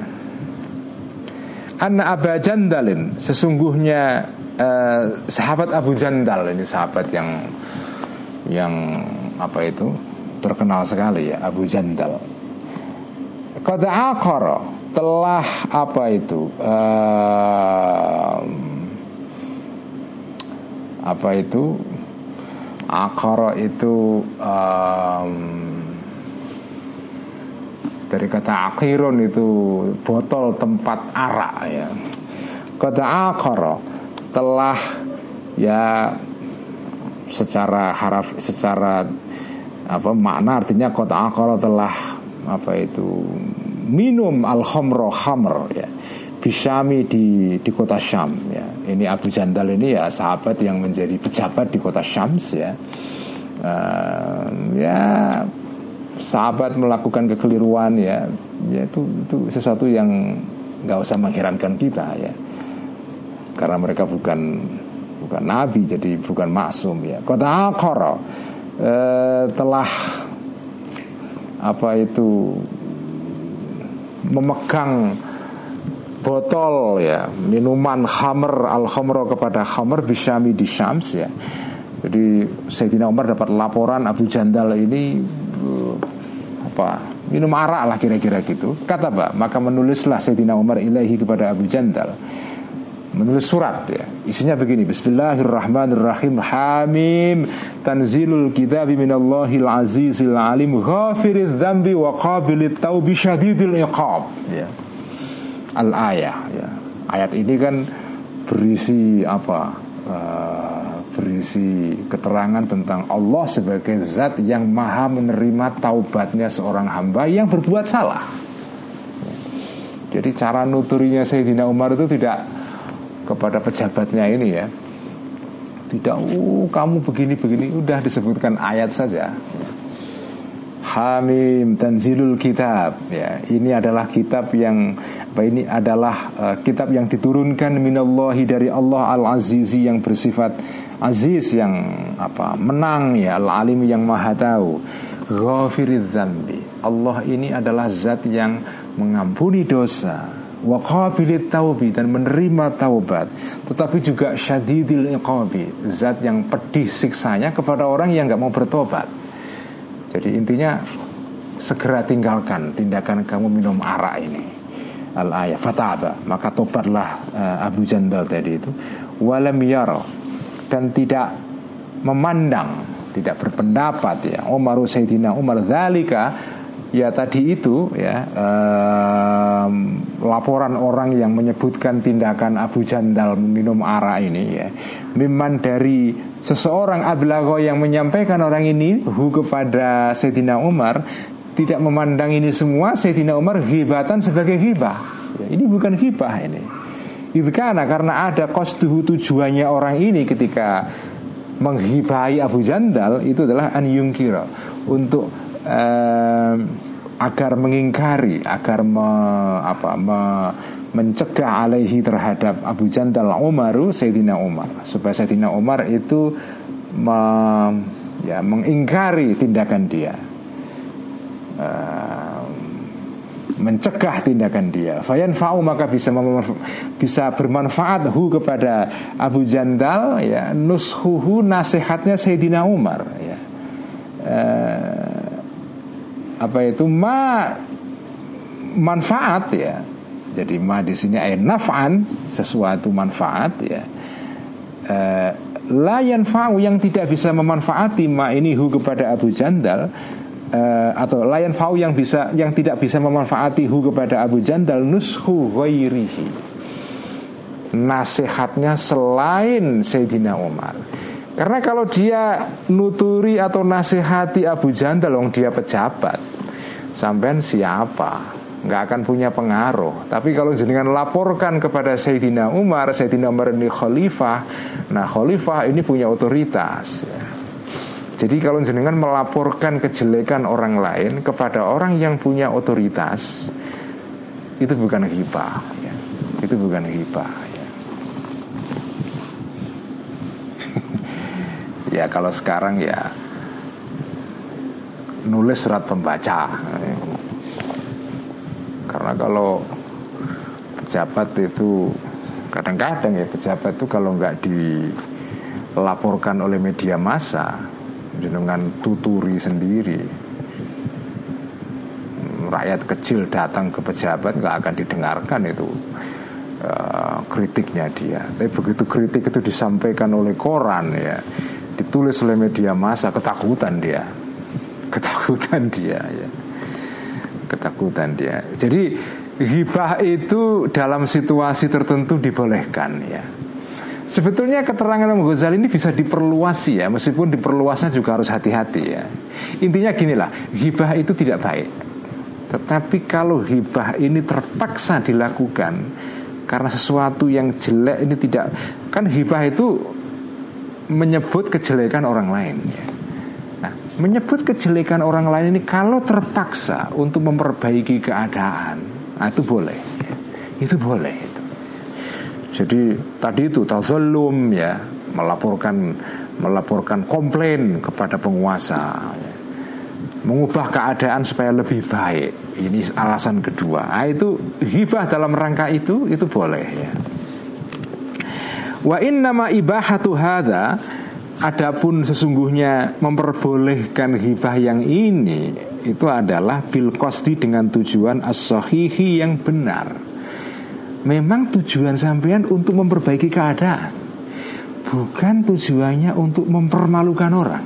anna Aba Jandalin, sesungguhnya Uh, sahabat Abu Jandal, ini sahabat yang yang apa itu terkenal sekali ya, Abu Jandal. Qad aqara, telah apa itu uh, apa itu aqara itu um, dari kata akhirun, itu botol tempat arak ya. Qad aqara, telah ya secara haraf, secara apa makna artinya qad aqara, telah apa itu minum al-khamra, khamr ya, bisyami, di di kota Syam ya. Ini Abu Jandal ini ya sahabat yang menjadi pejabat di kota Syams ya. Uh, ya sahabat melakukan kekeliruan ya, ya itu itu sesuatu yang nggak usah mengherankan kita ya, karena mereka bukan bukan nabi, jadi bukan maksum ya. Kota aqara, eh, telah apa itu memegang botol ya, minuman khamr, al-khamra, kepada khamr bisyami, di Syams ya. Jadi Sayyidina Umar dapat laporan Abu Jandal ini uh, apa minum arak lah kira-kira gitu. Kata apa? Maka menulislah Sayyidina Umar ilaihi, kepada Abu Jandal, menulis surat ya. Isinya begini: Bismillahirrahmanirrahim. Hamim, tanzilul kitabi minallahil azizil alim, ghafiriz dzambi wa qabilit taubi syadidil iqab ya. Al-ayah ya. Ayat ini kan berisi apa? Uh, berisi keterangan tentang Allah sebagai zat yang maha menerima taubatnya seorang hamba yang berbuat salah. Jadi cara nuturinya Sayyidina Umar itu tidak kepada pejabatnya ini ya, tidak uh, kamu begini-begini, udah disebutkan ayat saja. Hamim, tanzilul kitab ya, ini adalah kitab yang apa ini adalah uh, kitab yang diturunkan minallahi, dari Allah, al-azizi, yang bersifat aziz, yang apa menang ya, al-alim, yang maha tahu, ghafiriz dzambi, Allah ini adalah zat yang mengampuni dosa, wa qabilit taubi, dan menerima taubat, tetapi juga syadidil iqabi, zat yang pedih siksanya kepada orang yang enggak mau bertobat. Jadi intinya segera tinggalkan tindakan kamu minum arak ini. Al-ayah, fataba, maka tobatlah uh, Abu Jandal tadi itu. Walam yara, dan tidak memandang, tidak berpendapat ya, Umaru Sayyidina Umar dzalika, ya tadi itu ya, um, laporan orang yang menyebutkan tindakan Abu Jandal minum arak ini ya, mimman, dari seseorang ablagho, yang menyampaikan orang ini hu kepada Sayyidina Umar, tidak memandang ini semua, Sayyidina Umar ghibatan sebagai ghibah. Ya, ini bukan ghibah ini. Itu karena karena ada qasduhu, tujuannya orang ini ketika menghibahi Abu Jandal itu adalah an yungkira, untuk eh, agar mengingkari, agar me, apa, me, mencegah alaihi terhadap Abu Jandal Umaru, Sayyidina Umar, supaya Sayyidina Umar itu me, ya, mengingkari tindakan dia, uh, mencegah tindakan dia. Fayanfa'u, maka bisa bisa bermanfaat hu kepada Abu Jandal, ya, nushuhu, nasihatnya Sayyidina Umar, ya. Uh, apa itu ma manfaat, ya. Jadi ma di sini ayat naf'an, sesuatu manfaat, ya. Uh, la yanfa'u, yang tidak bisa memanfaati ma ini hu kepada Abu Jandal, uh, atau la yanfa'u, yang bisa yang tidak bisa memanfaati hu kepada Abu Jandal nushu ghairihi, nasihatnya selain Sayyidina Umar. Karena kalau dia nuturi atau nasihati Abu Jandal, wong dia pejabat, sampean siapa? Nggak akan punya pengaruh. Tapi kalau jenengan laporkan kepada Sayyidina Umar, Sayyidina Umar ini khalifah, nah khalifah ini punya otoritas, ya. Jadi kalau jenengan melaporkan kejelekan orang lain kepada orang yang punya otoritas, itu bukan ghibah, ya. Itu bukan ghibah, ya. Ya kalau sekarang ya nulis surat pembaca. Karena kalau pejabat itu kadang-kadang ya pejabat itu kalau nggak dilaporkan oleh media massa, dengan tuturi sendiri, rakyat kecil datang ke pejabat nggak akan didengarkan itu uh, kritiknya dia. Tapi begitu kritik itu disampaikan oleh koran, ya, ditulis oleh media massa, ketakutan dia, ketakutan dia, ya. Ketakutan dia. Jadi ghibah itu dalam situasi tertentu dibolehkan, ya. Sebetulnya keterangan Imam Ghazali ini bisa diperluas, ya, meskipun diperluasnya juga harus hati-hati, ya. Intinya ginilah, ghibah itu tidak baik. Tetapi kalau ghibah ini terpaksa dilakukan karena sesuatu yang jelek ini tidak, kan ghibah itu menyebut kejelekan orang lain, ya. Nah, menyebut kejelekan orang lain ini kalau terpaksa untuk memperbaiki keadaan, nah itu boleh, ya. Itu boleh itu. Jadi tadi itu tazallum, ya, melaporkan melaporkan komplain kepada penguasa, ya, mengubah keadaan supaya lebih baik. Ini alasan kedua. Nah, itu ghibah dalam rangka itu itu boleh, ya. Wa innama ibahatu hadza, adapun sesungguhnya memperbolehkan ghibah yang ini itu adalah bil qasdi, dengan tujuan as-sahihi, yang benar. Memang tujuan sampean untuk memperbaiki keadaan, bukan tujuannya untuk mempermalukan orang.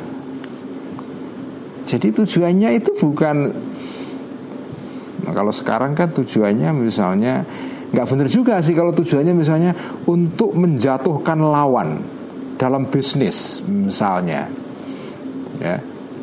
Jadi tujuannya itu bukan, nah, kalau sekarang kan tujuannya misalnya, nggak benar juga sih kalau tujuannya misalnya untuk menjatuhkan lawan dalam bisnis misalnya, ya.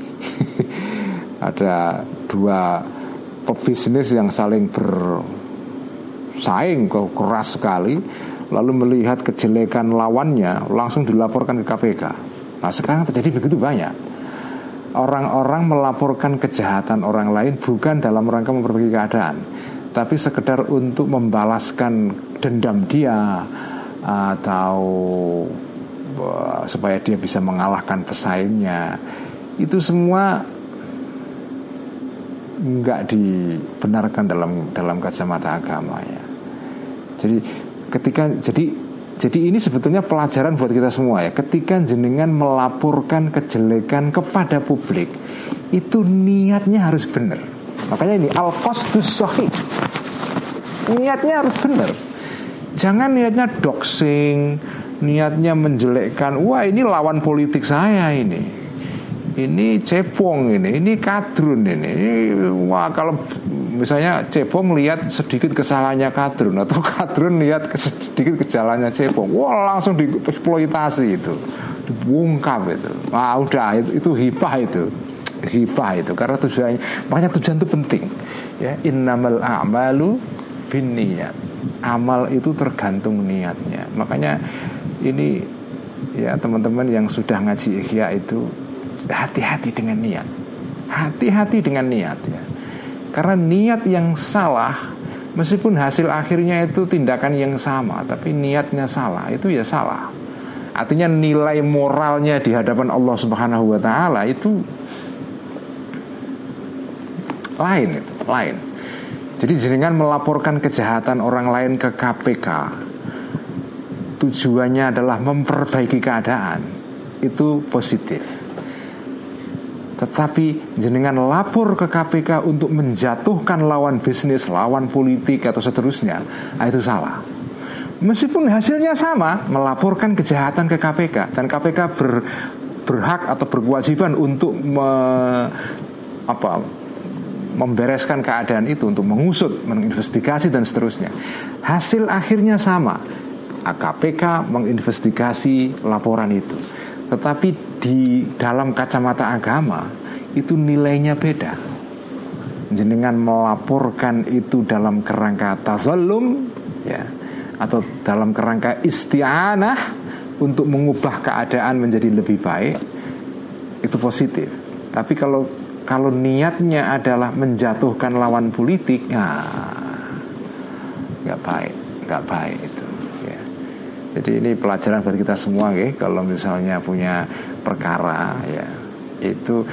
Ada dua pebisnis yang saling bersaing keras sekali, lalu melihat kejelekan lawannya langsung dilaporkan ke K P K. Nah sekarang terjadi begitu banyak. Orang-orang melaporkan kejahatan orang lain bukan dalam rangka memperbaiki keadaan, tapi sekedar untuk membalaskan dendam dia, atau supaya dia bisa mengalahkan pesaingnya. Itu semua enggak dibenarkan dalam dalam kacamata agama, ya. Jadi ketika jadi jadi ini sebetulnya pelajaran buat kita semua, ya. Ketika jenengan melaporkan kejelekan kepada publik, itu niatnya harus benar. Makanya ini al-qasdus shahih, niatnya harus benar. Jangan niatnya doxing, niatnya menjelekkan. Wah ini lawan politik saya ini, ini cebong ini, ini kadrun ini, ini. Wah kalau misalnya cebong lihat sedikit kesalahannya kadrun, atau kadrun lihat sedikit kesalahannya cebong, wah langsung dieksploitasi itu, dibungkam itu. Wah udah itu, itu hibah itu. ghibah itu, karena tujuannya, makanya tujuan itu penting ya. Innamal a'malu binniyat, amal itu tergantung niatnya. Makanya ini ya teman-teman yang sudah ngaji Ihya itu hati-hati dengan niat, hati-hati dengan niat ya. Karena niat yang salah, meskipun hasil akhirnya itu tindakan yang sama, tapi niatnya salah, itu ya salah. Artinya nilai moralnya di hadapan Allah Subhanahu wa taala itu lain, itu lain. Jadi jenengan melaporkan kejahatan orang lain ke K P K, tujuannya adalah memperbaiki keadaan, itu positif. Tetapi jenengan lapor ke K P K untuk menjatuhkan lawan bisnis, lawan politik atau seterusnya, nah itu salah. Meskipun hasilnya sama, melaporkan kejahatan ke K P K, dan K P K ber, berhak atau berkewajiban untuk me, apa, membereskan keadaan itu, untuk mengusut, menginvestigasi dan seterusnya. Hasil akhirnya sama, K P K menginvestigasi laporan itu. Tetapi di dalam kacamata agama itu nilainya beda. Jenengan melaporkan itu dalam kerangka tazallum ya, atau dalam kerangka isti'anah untuk mengubah keadaan menjadi lebih baik, itu positif. Tapi kalau kalau niatnya adalah menjatuhkan lawan politik, ya nggak baik, nggak baik itu. Ya. Jadi ini pelajaran buat kita semua, ya. Kalau misalnya punya perkara, ya itu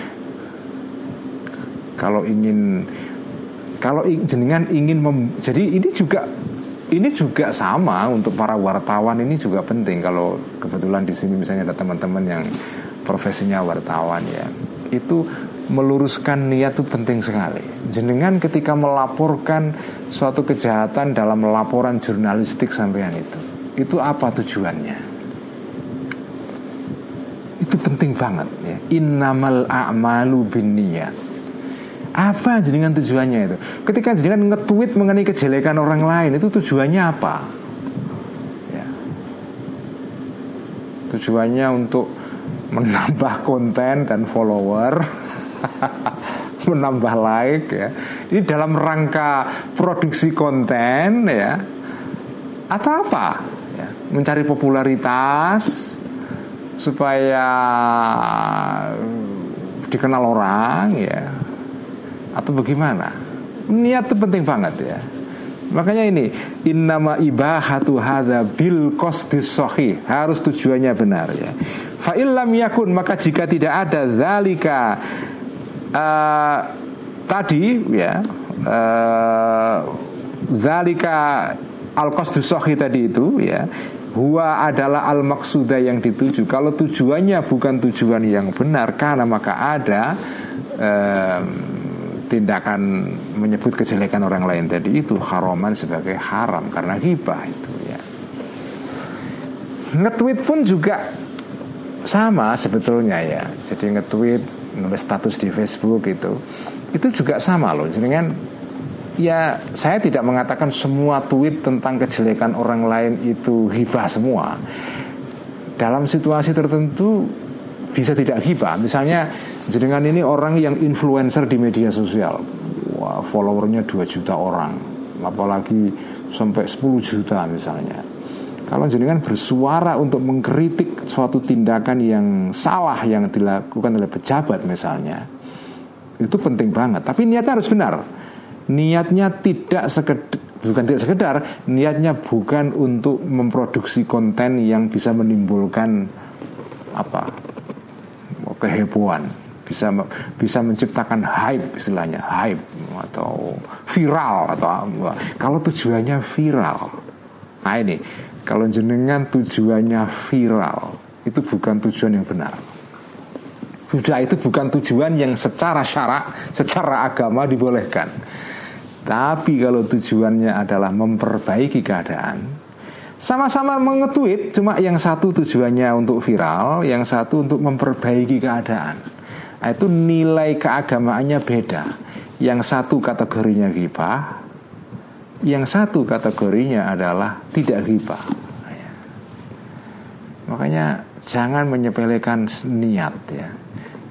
kalau ingin kalau jenengan ingin mem, jadi ini juga ini juga sama untuk para wartawan, ini juga penting. Kalau kebetulan di sini misalnya ada teman-teman yang profesinya wartawan, ya itu meluruskan niat itu penting sekali. Jenengan ketika melaporkan suatu kejahatan dalam laporan jurnalistik sampean itu, itu apa tujuannya? Itu penting banget ya. Innamal a'malu binniyat. Apa jenengan tujuannya itu? Ketika jenengan nge-tweet mengenai kejelekan orang lain, itu tujuannya apa? Ya. Tujuannya untuk menambah konten dan follower, menambah like ya. Ini dalam rangka produksi konten ya, atau apa ya, mencari popularitas supaya dikenal orang ya, atau bagaimana? Niat itu penting banget ya. Makanya ini innama ibahatu hadza bil qasdis shahih, harus tujuannya benar ya. Fa illam yakun, maka jika tidak ada zalika uh, tadi ya, uh, zalika al qasdus shahih tadi itu ya, huwa adalah al maksuda yang dituju. Kalau tujuannya bukan tujuan yang benar, karena maka ada uh, tindakan menyebut kejelekan orang lain tadi, itu haraman sebagai haram karena ghibah itu ya. Nge-tweet pun juga sama sebetulnya ya. Jadi nge-tweet, nulis status di Facebook itu itu juga sama loh. Jadi kan ya, saya tidak mengatakan semua tweet tentang kejelekan orang lain itu ghibah semua. Dalam situasi tertentu bisa tidak ghibah. Misalnya jenengan ini orang yang influencer di media sosial, wah, followernya dua juta orang, apalagi sampai sepuluh juta misalnya. Kalau jenengan bersuara untuk mengkritik suatu tindakan yang salah yang dilakukan oleh pejabat misalnya, itu penting banget. Tapi niatnya harus benar. Niatnya tidak sekedar, bukan tidak sekedar, niatnya bukan untuk memproduksi konten yang bisa menimbulkan apa, kehebohan, bisa bisa menciptakan hype, istilahnya hype atau viral atau apa. Kalau tujuannya viral, nah ini, kalau jenengan tujuannya viral, itu bukan tujuan yang benar. Sudah, itu bukan tujuan yang secara syarak, secara agama dibolehkan. Tapi kalau tujuannya adalah memperbaiki keadaan, sama-sama mengetweet, cuma yang satu tujuannya untuk viral, yang satu untuk memperbaiki keadaan, nah, itu nilai keagamaannya beda. Yang satu kategorinya ghibah, yang satu kategorinya adalah tidak ghibah. Makanya jangan menyepelekan niat ya.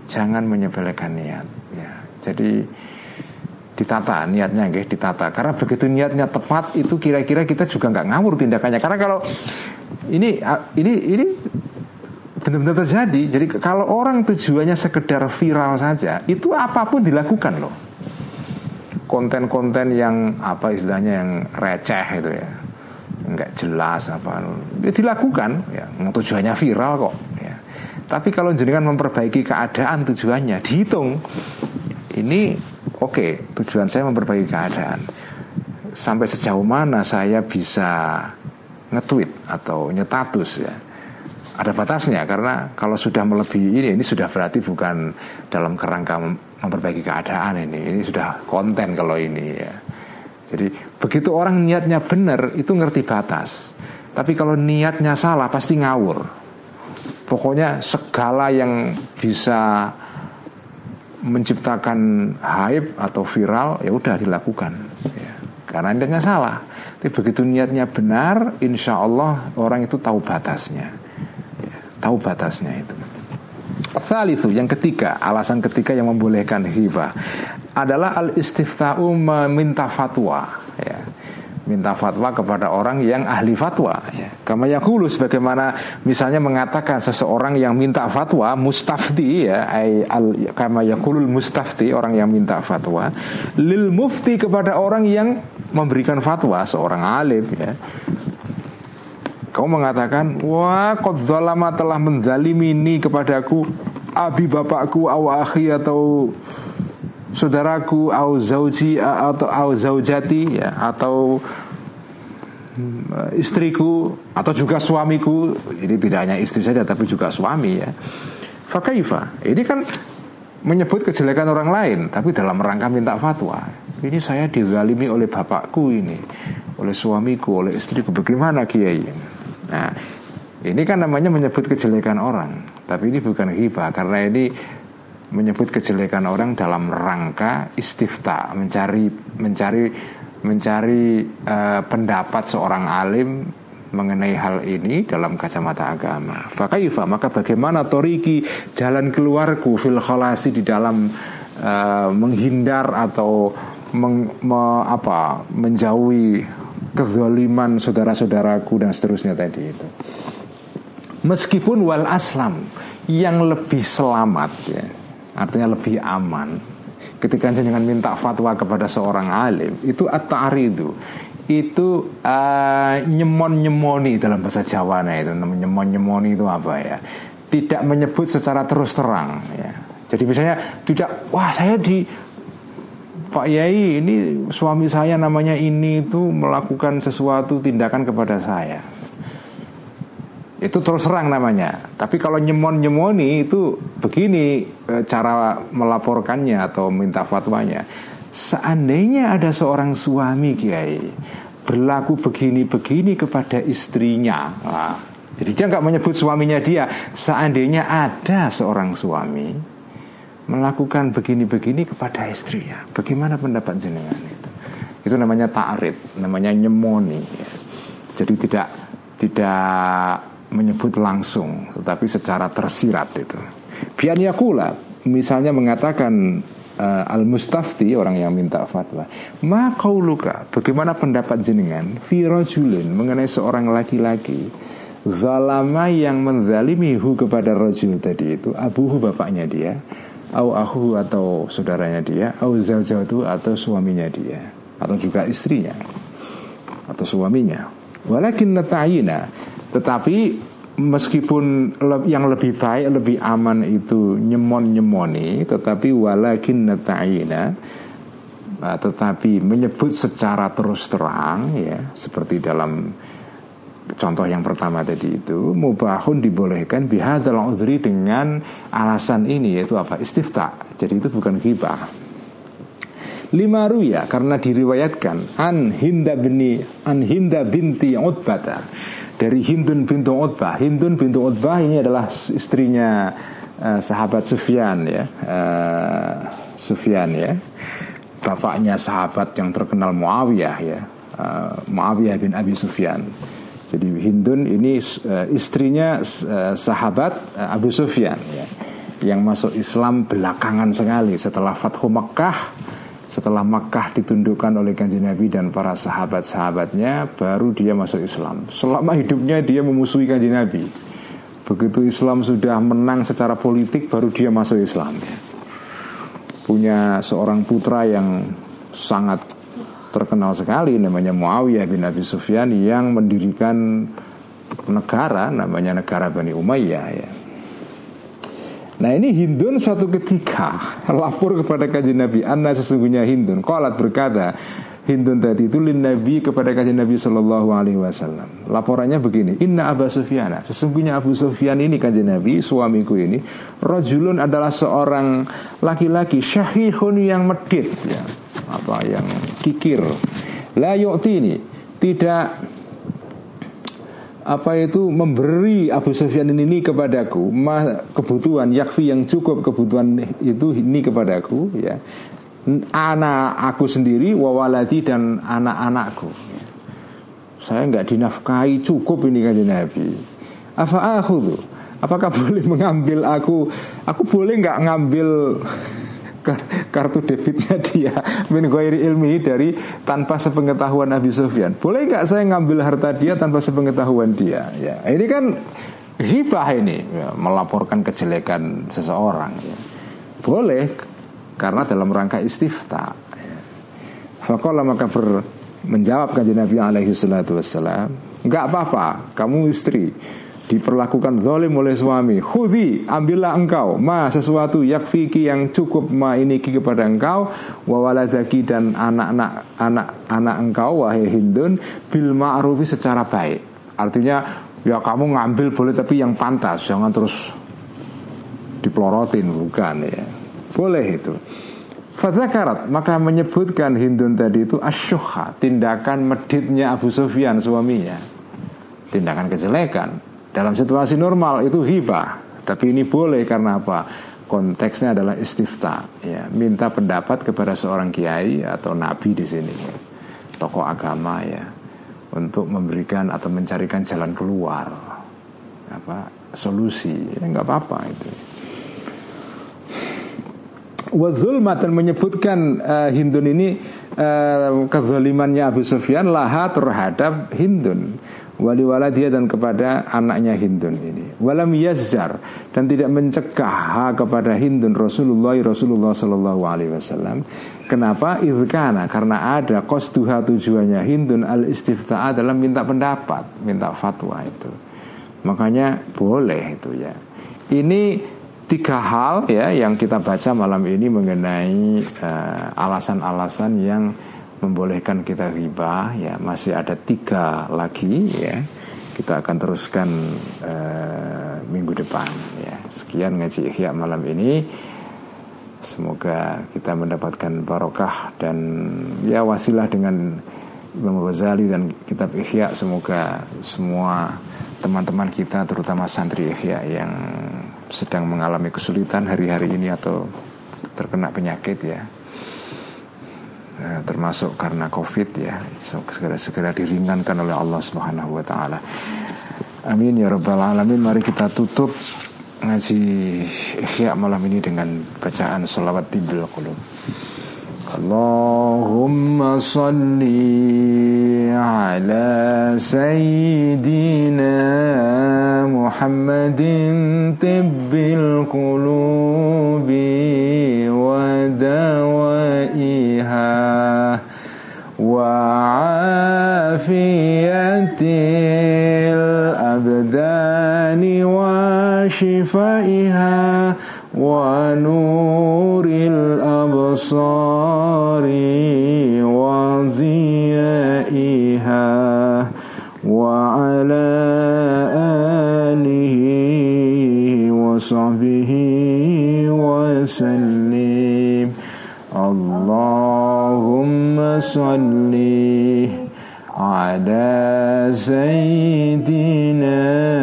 jangan menyepelekan niat ya. Jadi ditata niatnya, nggih, ditata. Karena begitu niatnya tepat, itu kira-kira kita juga nggak ngawur tindakannya. Karena kalau ini ini ini benar-benar terjadi. Jadi kalau orang tujuannya sekedar viral saja, itu apapun dilakukan loh. Konten-konten yang apa istilahnya yang receh itu ya, nggak jelas apa, ya dilakukan ya, tujuannya viral kok ya. Tapi kalau jenengan memperbaiki keadaan tujuannya, dihitung ini oke, okay, tujuan saya memperbaiki keadaan, sampai sejauh mana saya bisa nge-tweet atau nyetatus ya. Ada batasnya, karena kalau sudah melebihi ini, ini sudah berarti bukan dalam kerangka memperbaiki keadaan ini. Ini sudah konten kalau ini ya. Jadi begitu orang niatnya benar, itu ngerti batas. Tapi kalau niatnya salah, pasti ngawur. Pokoknya segala yang bisa menciptakan hype atau viral, ya udah dilakukan ya. Karena niatnya salah. Tapi begitu niatnya benar, insya Allah orang itu tahu batasnya. Tahu batasnya itu. Asal itu yang ketiga, alasan ketiga yang membolehkan ghibah adalah al-istifta'u, meminta fatwa ya. Minta fatwa kepada orang yang ahli fatwa ya. Kama yaqulu, sebagaimana misalnya mengatakan seseorang yang minta fatwa, mustafti ya, ay al kama yaqulul mustafti, orang yang minta fatwa, lil mufti, kepada orang yang memberikan fatwa, seorang alim ya. Kau mengatakan, wah, qad zalama, telah menzalimini kepadaku abi, bapakku, aw akhi, atau saudaraku, aw zauji, atau aw zaujati ya, atau istriku, atau juga suamiku. Ini tidak hanya istri saja tapi juga suami ya. Fakaifa, ini kan menyebut kejelekan orang lain, tapi dalam rangka minta fatwa. Ini saya dizalimi oleh bapakku ini, oleh suamiku, oleh istriku, bagaimana kiai? Nah, ini kan namanya menyebut kejelekan orang, tapi ini bukan ghibah, karena ini menyebut kejelekan orang dalam rangka istifta, mencari mencari mencari uh, pendapat seorang alim mengenai hal ini dalam kacamata agama. Fakaifa, maka bagaimana toriki, jalan keluarku, fil khalasi, di dalam uh, menghindar atau meng, me, apa, menjauhi kezaliman saudara-saudaraku dan seterusnya tadi itu. Meskipun wal aslam, yang lebih selamat ya, artinya lebih aman, ketika jenengan minta fatwa kepada seorang alim, itu at-ta'ridu, itu uh, nyemon-nyemoni dalam bahasa Jawa. Nah itu nyemon-nyemoni itu apa ya? Tidak menyebut secara terus terang ya. Jadi misalnya tidak, wah saya di Pak Yai, ini suami saya namanya ini itu melakukan sesuatu tindakan kepada saya, itu terus terang namanya. Tapi kalau nyemon-nyemoni itu begini e, cara melaporkannya atau minta fatwanya. Seandainya ada seorang suami kiai berlaku begini-begini kepada istrinya, nah, jadi dia nggak menyebut suaminya dia. Seandainya ada seorang suami melakukan begini-begini kepada istrinya, bagaimana pendapat jenengan itu? Itu namanya ta'rid, namanya nyemoni ya. Jadi tidak tidak menyebut langsung, tetapi secara tersirat itu. Bian yakula, misalnya mengatakan uh, al-mustafti, orang yang minta fatwa, ma qauluka, bagaimana pendapat jenengan fi rajulin, mengenai seorang laki-laki zalama, yang menzalimihu kepada rajul tadi itu, abuhu, bapaknya dia, au akhu, atau saudaranya dia, au zaujatu, atau suaminya dia, atau juga istrinya atau suaminya. Walakin nata'ina, tetapi meskipun yang lebih baik, lebih aman itu nyemon-nyemoni, tetapi walakin nata'ina, tetapi menyebut secara terus terang ya, seperti dalam contoh yang pertama tadi itu, mubahun, dibolehkan, bihadzal udhri, dengan alasan ini, yaitu apa? Istifta. Jadi itu bukan ghibah. Lima ruya, karena diriwayatkan an Hinda bini an Hinda binti Utbah, dari Hindun bintu Utbah. Hindun bintu Utbah ini adalah istrinya uh, sahabat Sufyan ya, uh, Sufyan ya, bapaknya sahabat yang terkenal Muawiyah ya, uh, Muawiyah bin Abi Sufyan. Jadi Hindun ini uh, istrinya uh, sahabat uh, Abu Sufyan ya. yang masuk Islam belakangan sekali setelah Fathu Makkah. Setelah Makkah ditundukkan oleh Kanjeng Nabi dan para sahabat-sahabatnya, baru dia masuk Islam. Selama hidupnya dia memusuhi Kanjeng Nabi. Begitu Islam sudah menang secara politik, baru dia masuk Islam. Punya seorang putra yang sangat terkenal sekali, namanya Muawiyah bin Abi Sufyan, yang mendirikan negara, namanya negara Bani Umayyah ya. Nah ini Hindun suatu ketika lapor kepada Kanjeng Nabi, anna sesungguhnya Hindun qalat berkata, Hindun tadi itu lin Nabi kepada Kanjeng Nabi sallallahu alaihi wasallam. Laporannya begini, inna Abu Sufyan, sesungguhnya Abu Sufyan ini Kanjeng Nabi, suamiku ini, rajulun adalah seorang laki-laki syahihun yang medit ya, apa yang kikir, la yu'tini, tidak apa itu memberi Abu Sufyan ini kepadaku kebutuhan yakfi yang cukup, kebutuhan itu ini kepadaku ya, anak aku sendiri wawaladi dan anak-anakku. Saya enggak dinafkahi cukup ini Kanjeng Nabi. Afa akhudhu, apakah boleh mengambil aku? Aku boleh enggak ngambil kartu debitnya dia min ghairi ilmi, dari tanpa sepengetahuan Abi Sufyan? Boleh nggak saya ngambil harta dia tanpa sepengetahuan dia? Ya, ini kan hibah ini ya, melaporkan kejelekan seseorang ya. Boleh karena dalam rangka istifta ya. Faqala, maka ber, menjawab Kanjeng Nabi alaihi salatu wassalam, nggak apa-apa kamu istri diperlakukan zalim oleh suami, khudhi, ambillah engkau ma sesuatu yakfiki yang cukup ma ini kepada engkau, wa waladaki dan anak-anak anak-anak engkau wahai Hindun, bil ma'rufi secara baik. Artinya ya kamu ngambil boleh tapi yang pantas, jangan terus dipelorotin, bukan ya. Boleh itu. Fadzakarat, maka menyebutkan Hindun tadi itu asyuha, tindakan meditnya Abu Sufyan suaminya, tindakan kejelekan. Dalam situasi normal itu hibah, tapi ini boleh karena apa? Konteksnya adalah istifta, ya, minta pendapat kepada seorang kiai atau nabi di sini, ya, tokoh agama ya, untuk memberikan atau mencarikan jalan keluar, apa solusi, ya nggak apa-apa itu. Wazulmatan menyebutkan uh, Hindun ini uh, kezalimannya Abu Sufyan laha terhadap Hindun, wali waladiyah dan kepada anaknya Hindun ini. Walam yazzar, dan tidak mencegah kepada Hindun Rasulullah Rasulullah sallallahu alaihi wasallam. Kenapa? Izkana, karena ada qasduha, tujuannya Hindun al istifta dalam minta pendapat, minta fatwa itu. Makanya boleh itu ya. Ini tiga hal ya yang kita baca malam ini mengenai uh, alasan-alasan yang membolehkan kita ghibah ya. Masih ada tiga lagi ya. Kita akan teruskan uh, minggu depan ya. Sekian ngaji Ihya malam ini. Semoga kita mendapatkan barokah dan ya wasilah dengan Imam Ghazali dan kitab Ihya. Semoga semua teman-teman kita terutama santri Ihya yang sedang mengalami kesulitan hari-hari ini atau terkena penyakit ya, termasuk karena Covid ya, so, segera-segera diringankan oleh Allah Subhanahu wa taala. Amin ya rabbal alamin. Mari kita tutup ngaji Ihya malam ini dengan bacaan sholawat tibil qulub. Allahumma salli ala sayyidina Muhammadin tibbil qulubi wa dawaiha wa afiyatil abdani wa shifaiha wa nuril absari wa dhiyaiha wa ala alihi wa sahbihi wa sallim. Allahumma salli ala sayyidina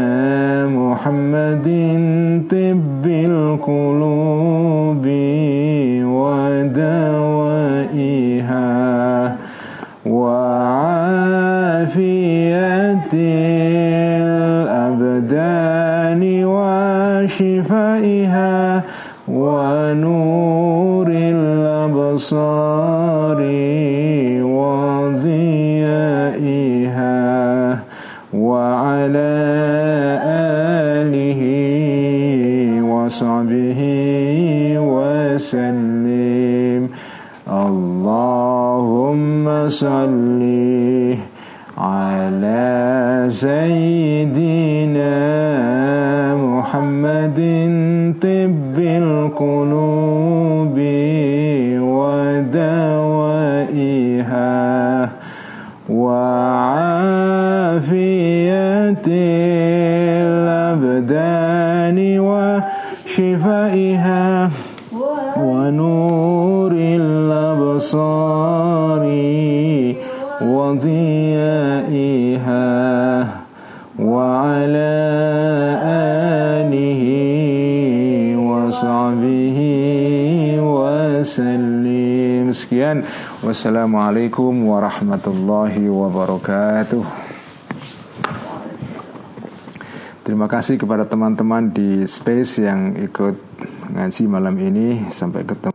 Muhammadin tibbil qulubi wa dawaiha wa afiyatil abdani wa وشفائها ونور الأبصار وضيائها وعلى آله وصحبه وسلم. اللهم صل على سيدنا محمد طب القلوب ودوائها وعافية الأبدان وشفائها ونور الأبصار وضيائها وعلى آله وصحبه وسلم. Sekian, wassalamualaikum warahmatullahi wabarakatuh. Terima kasih kepada teman-teman di Space yang ikut ngaji malam ini. Sampai ketemu.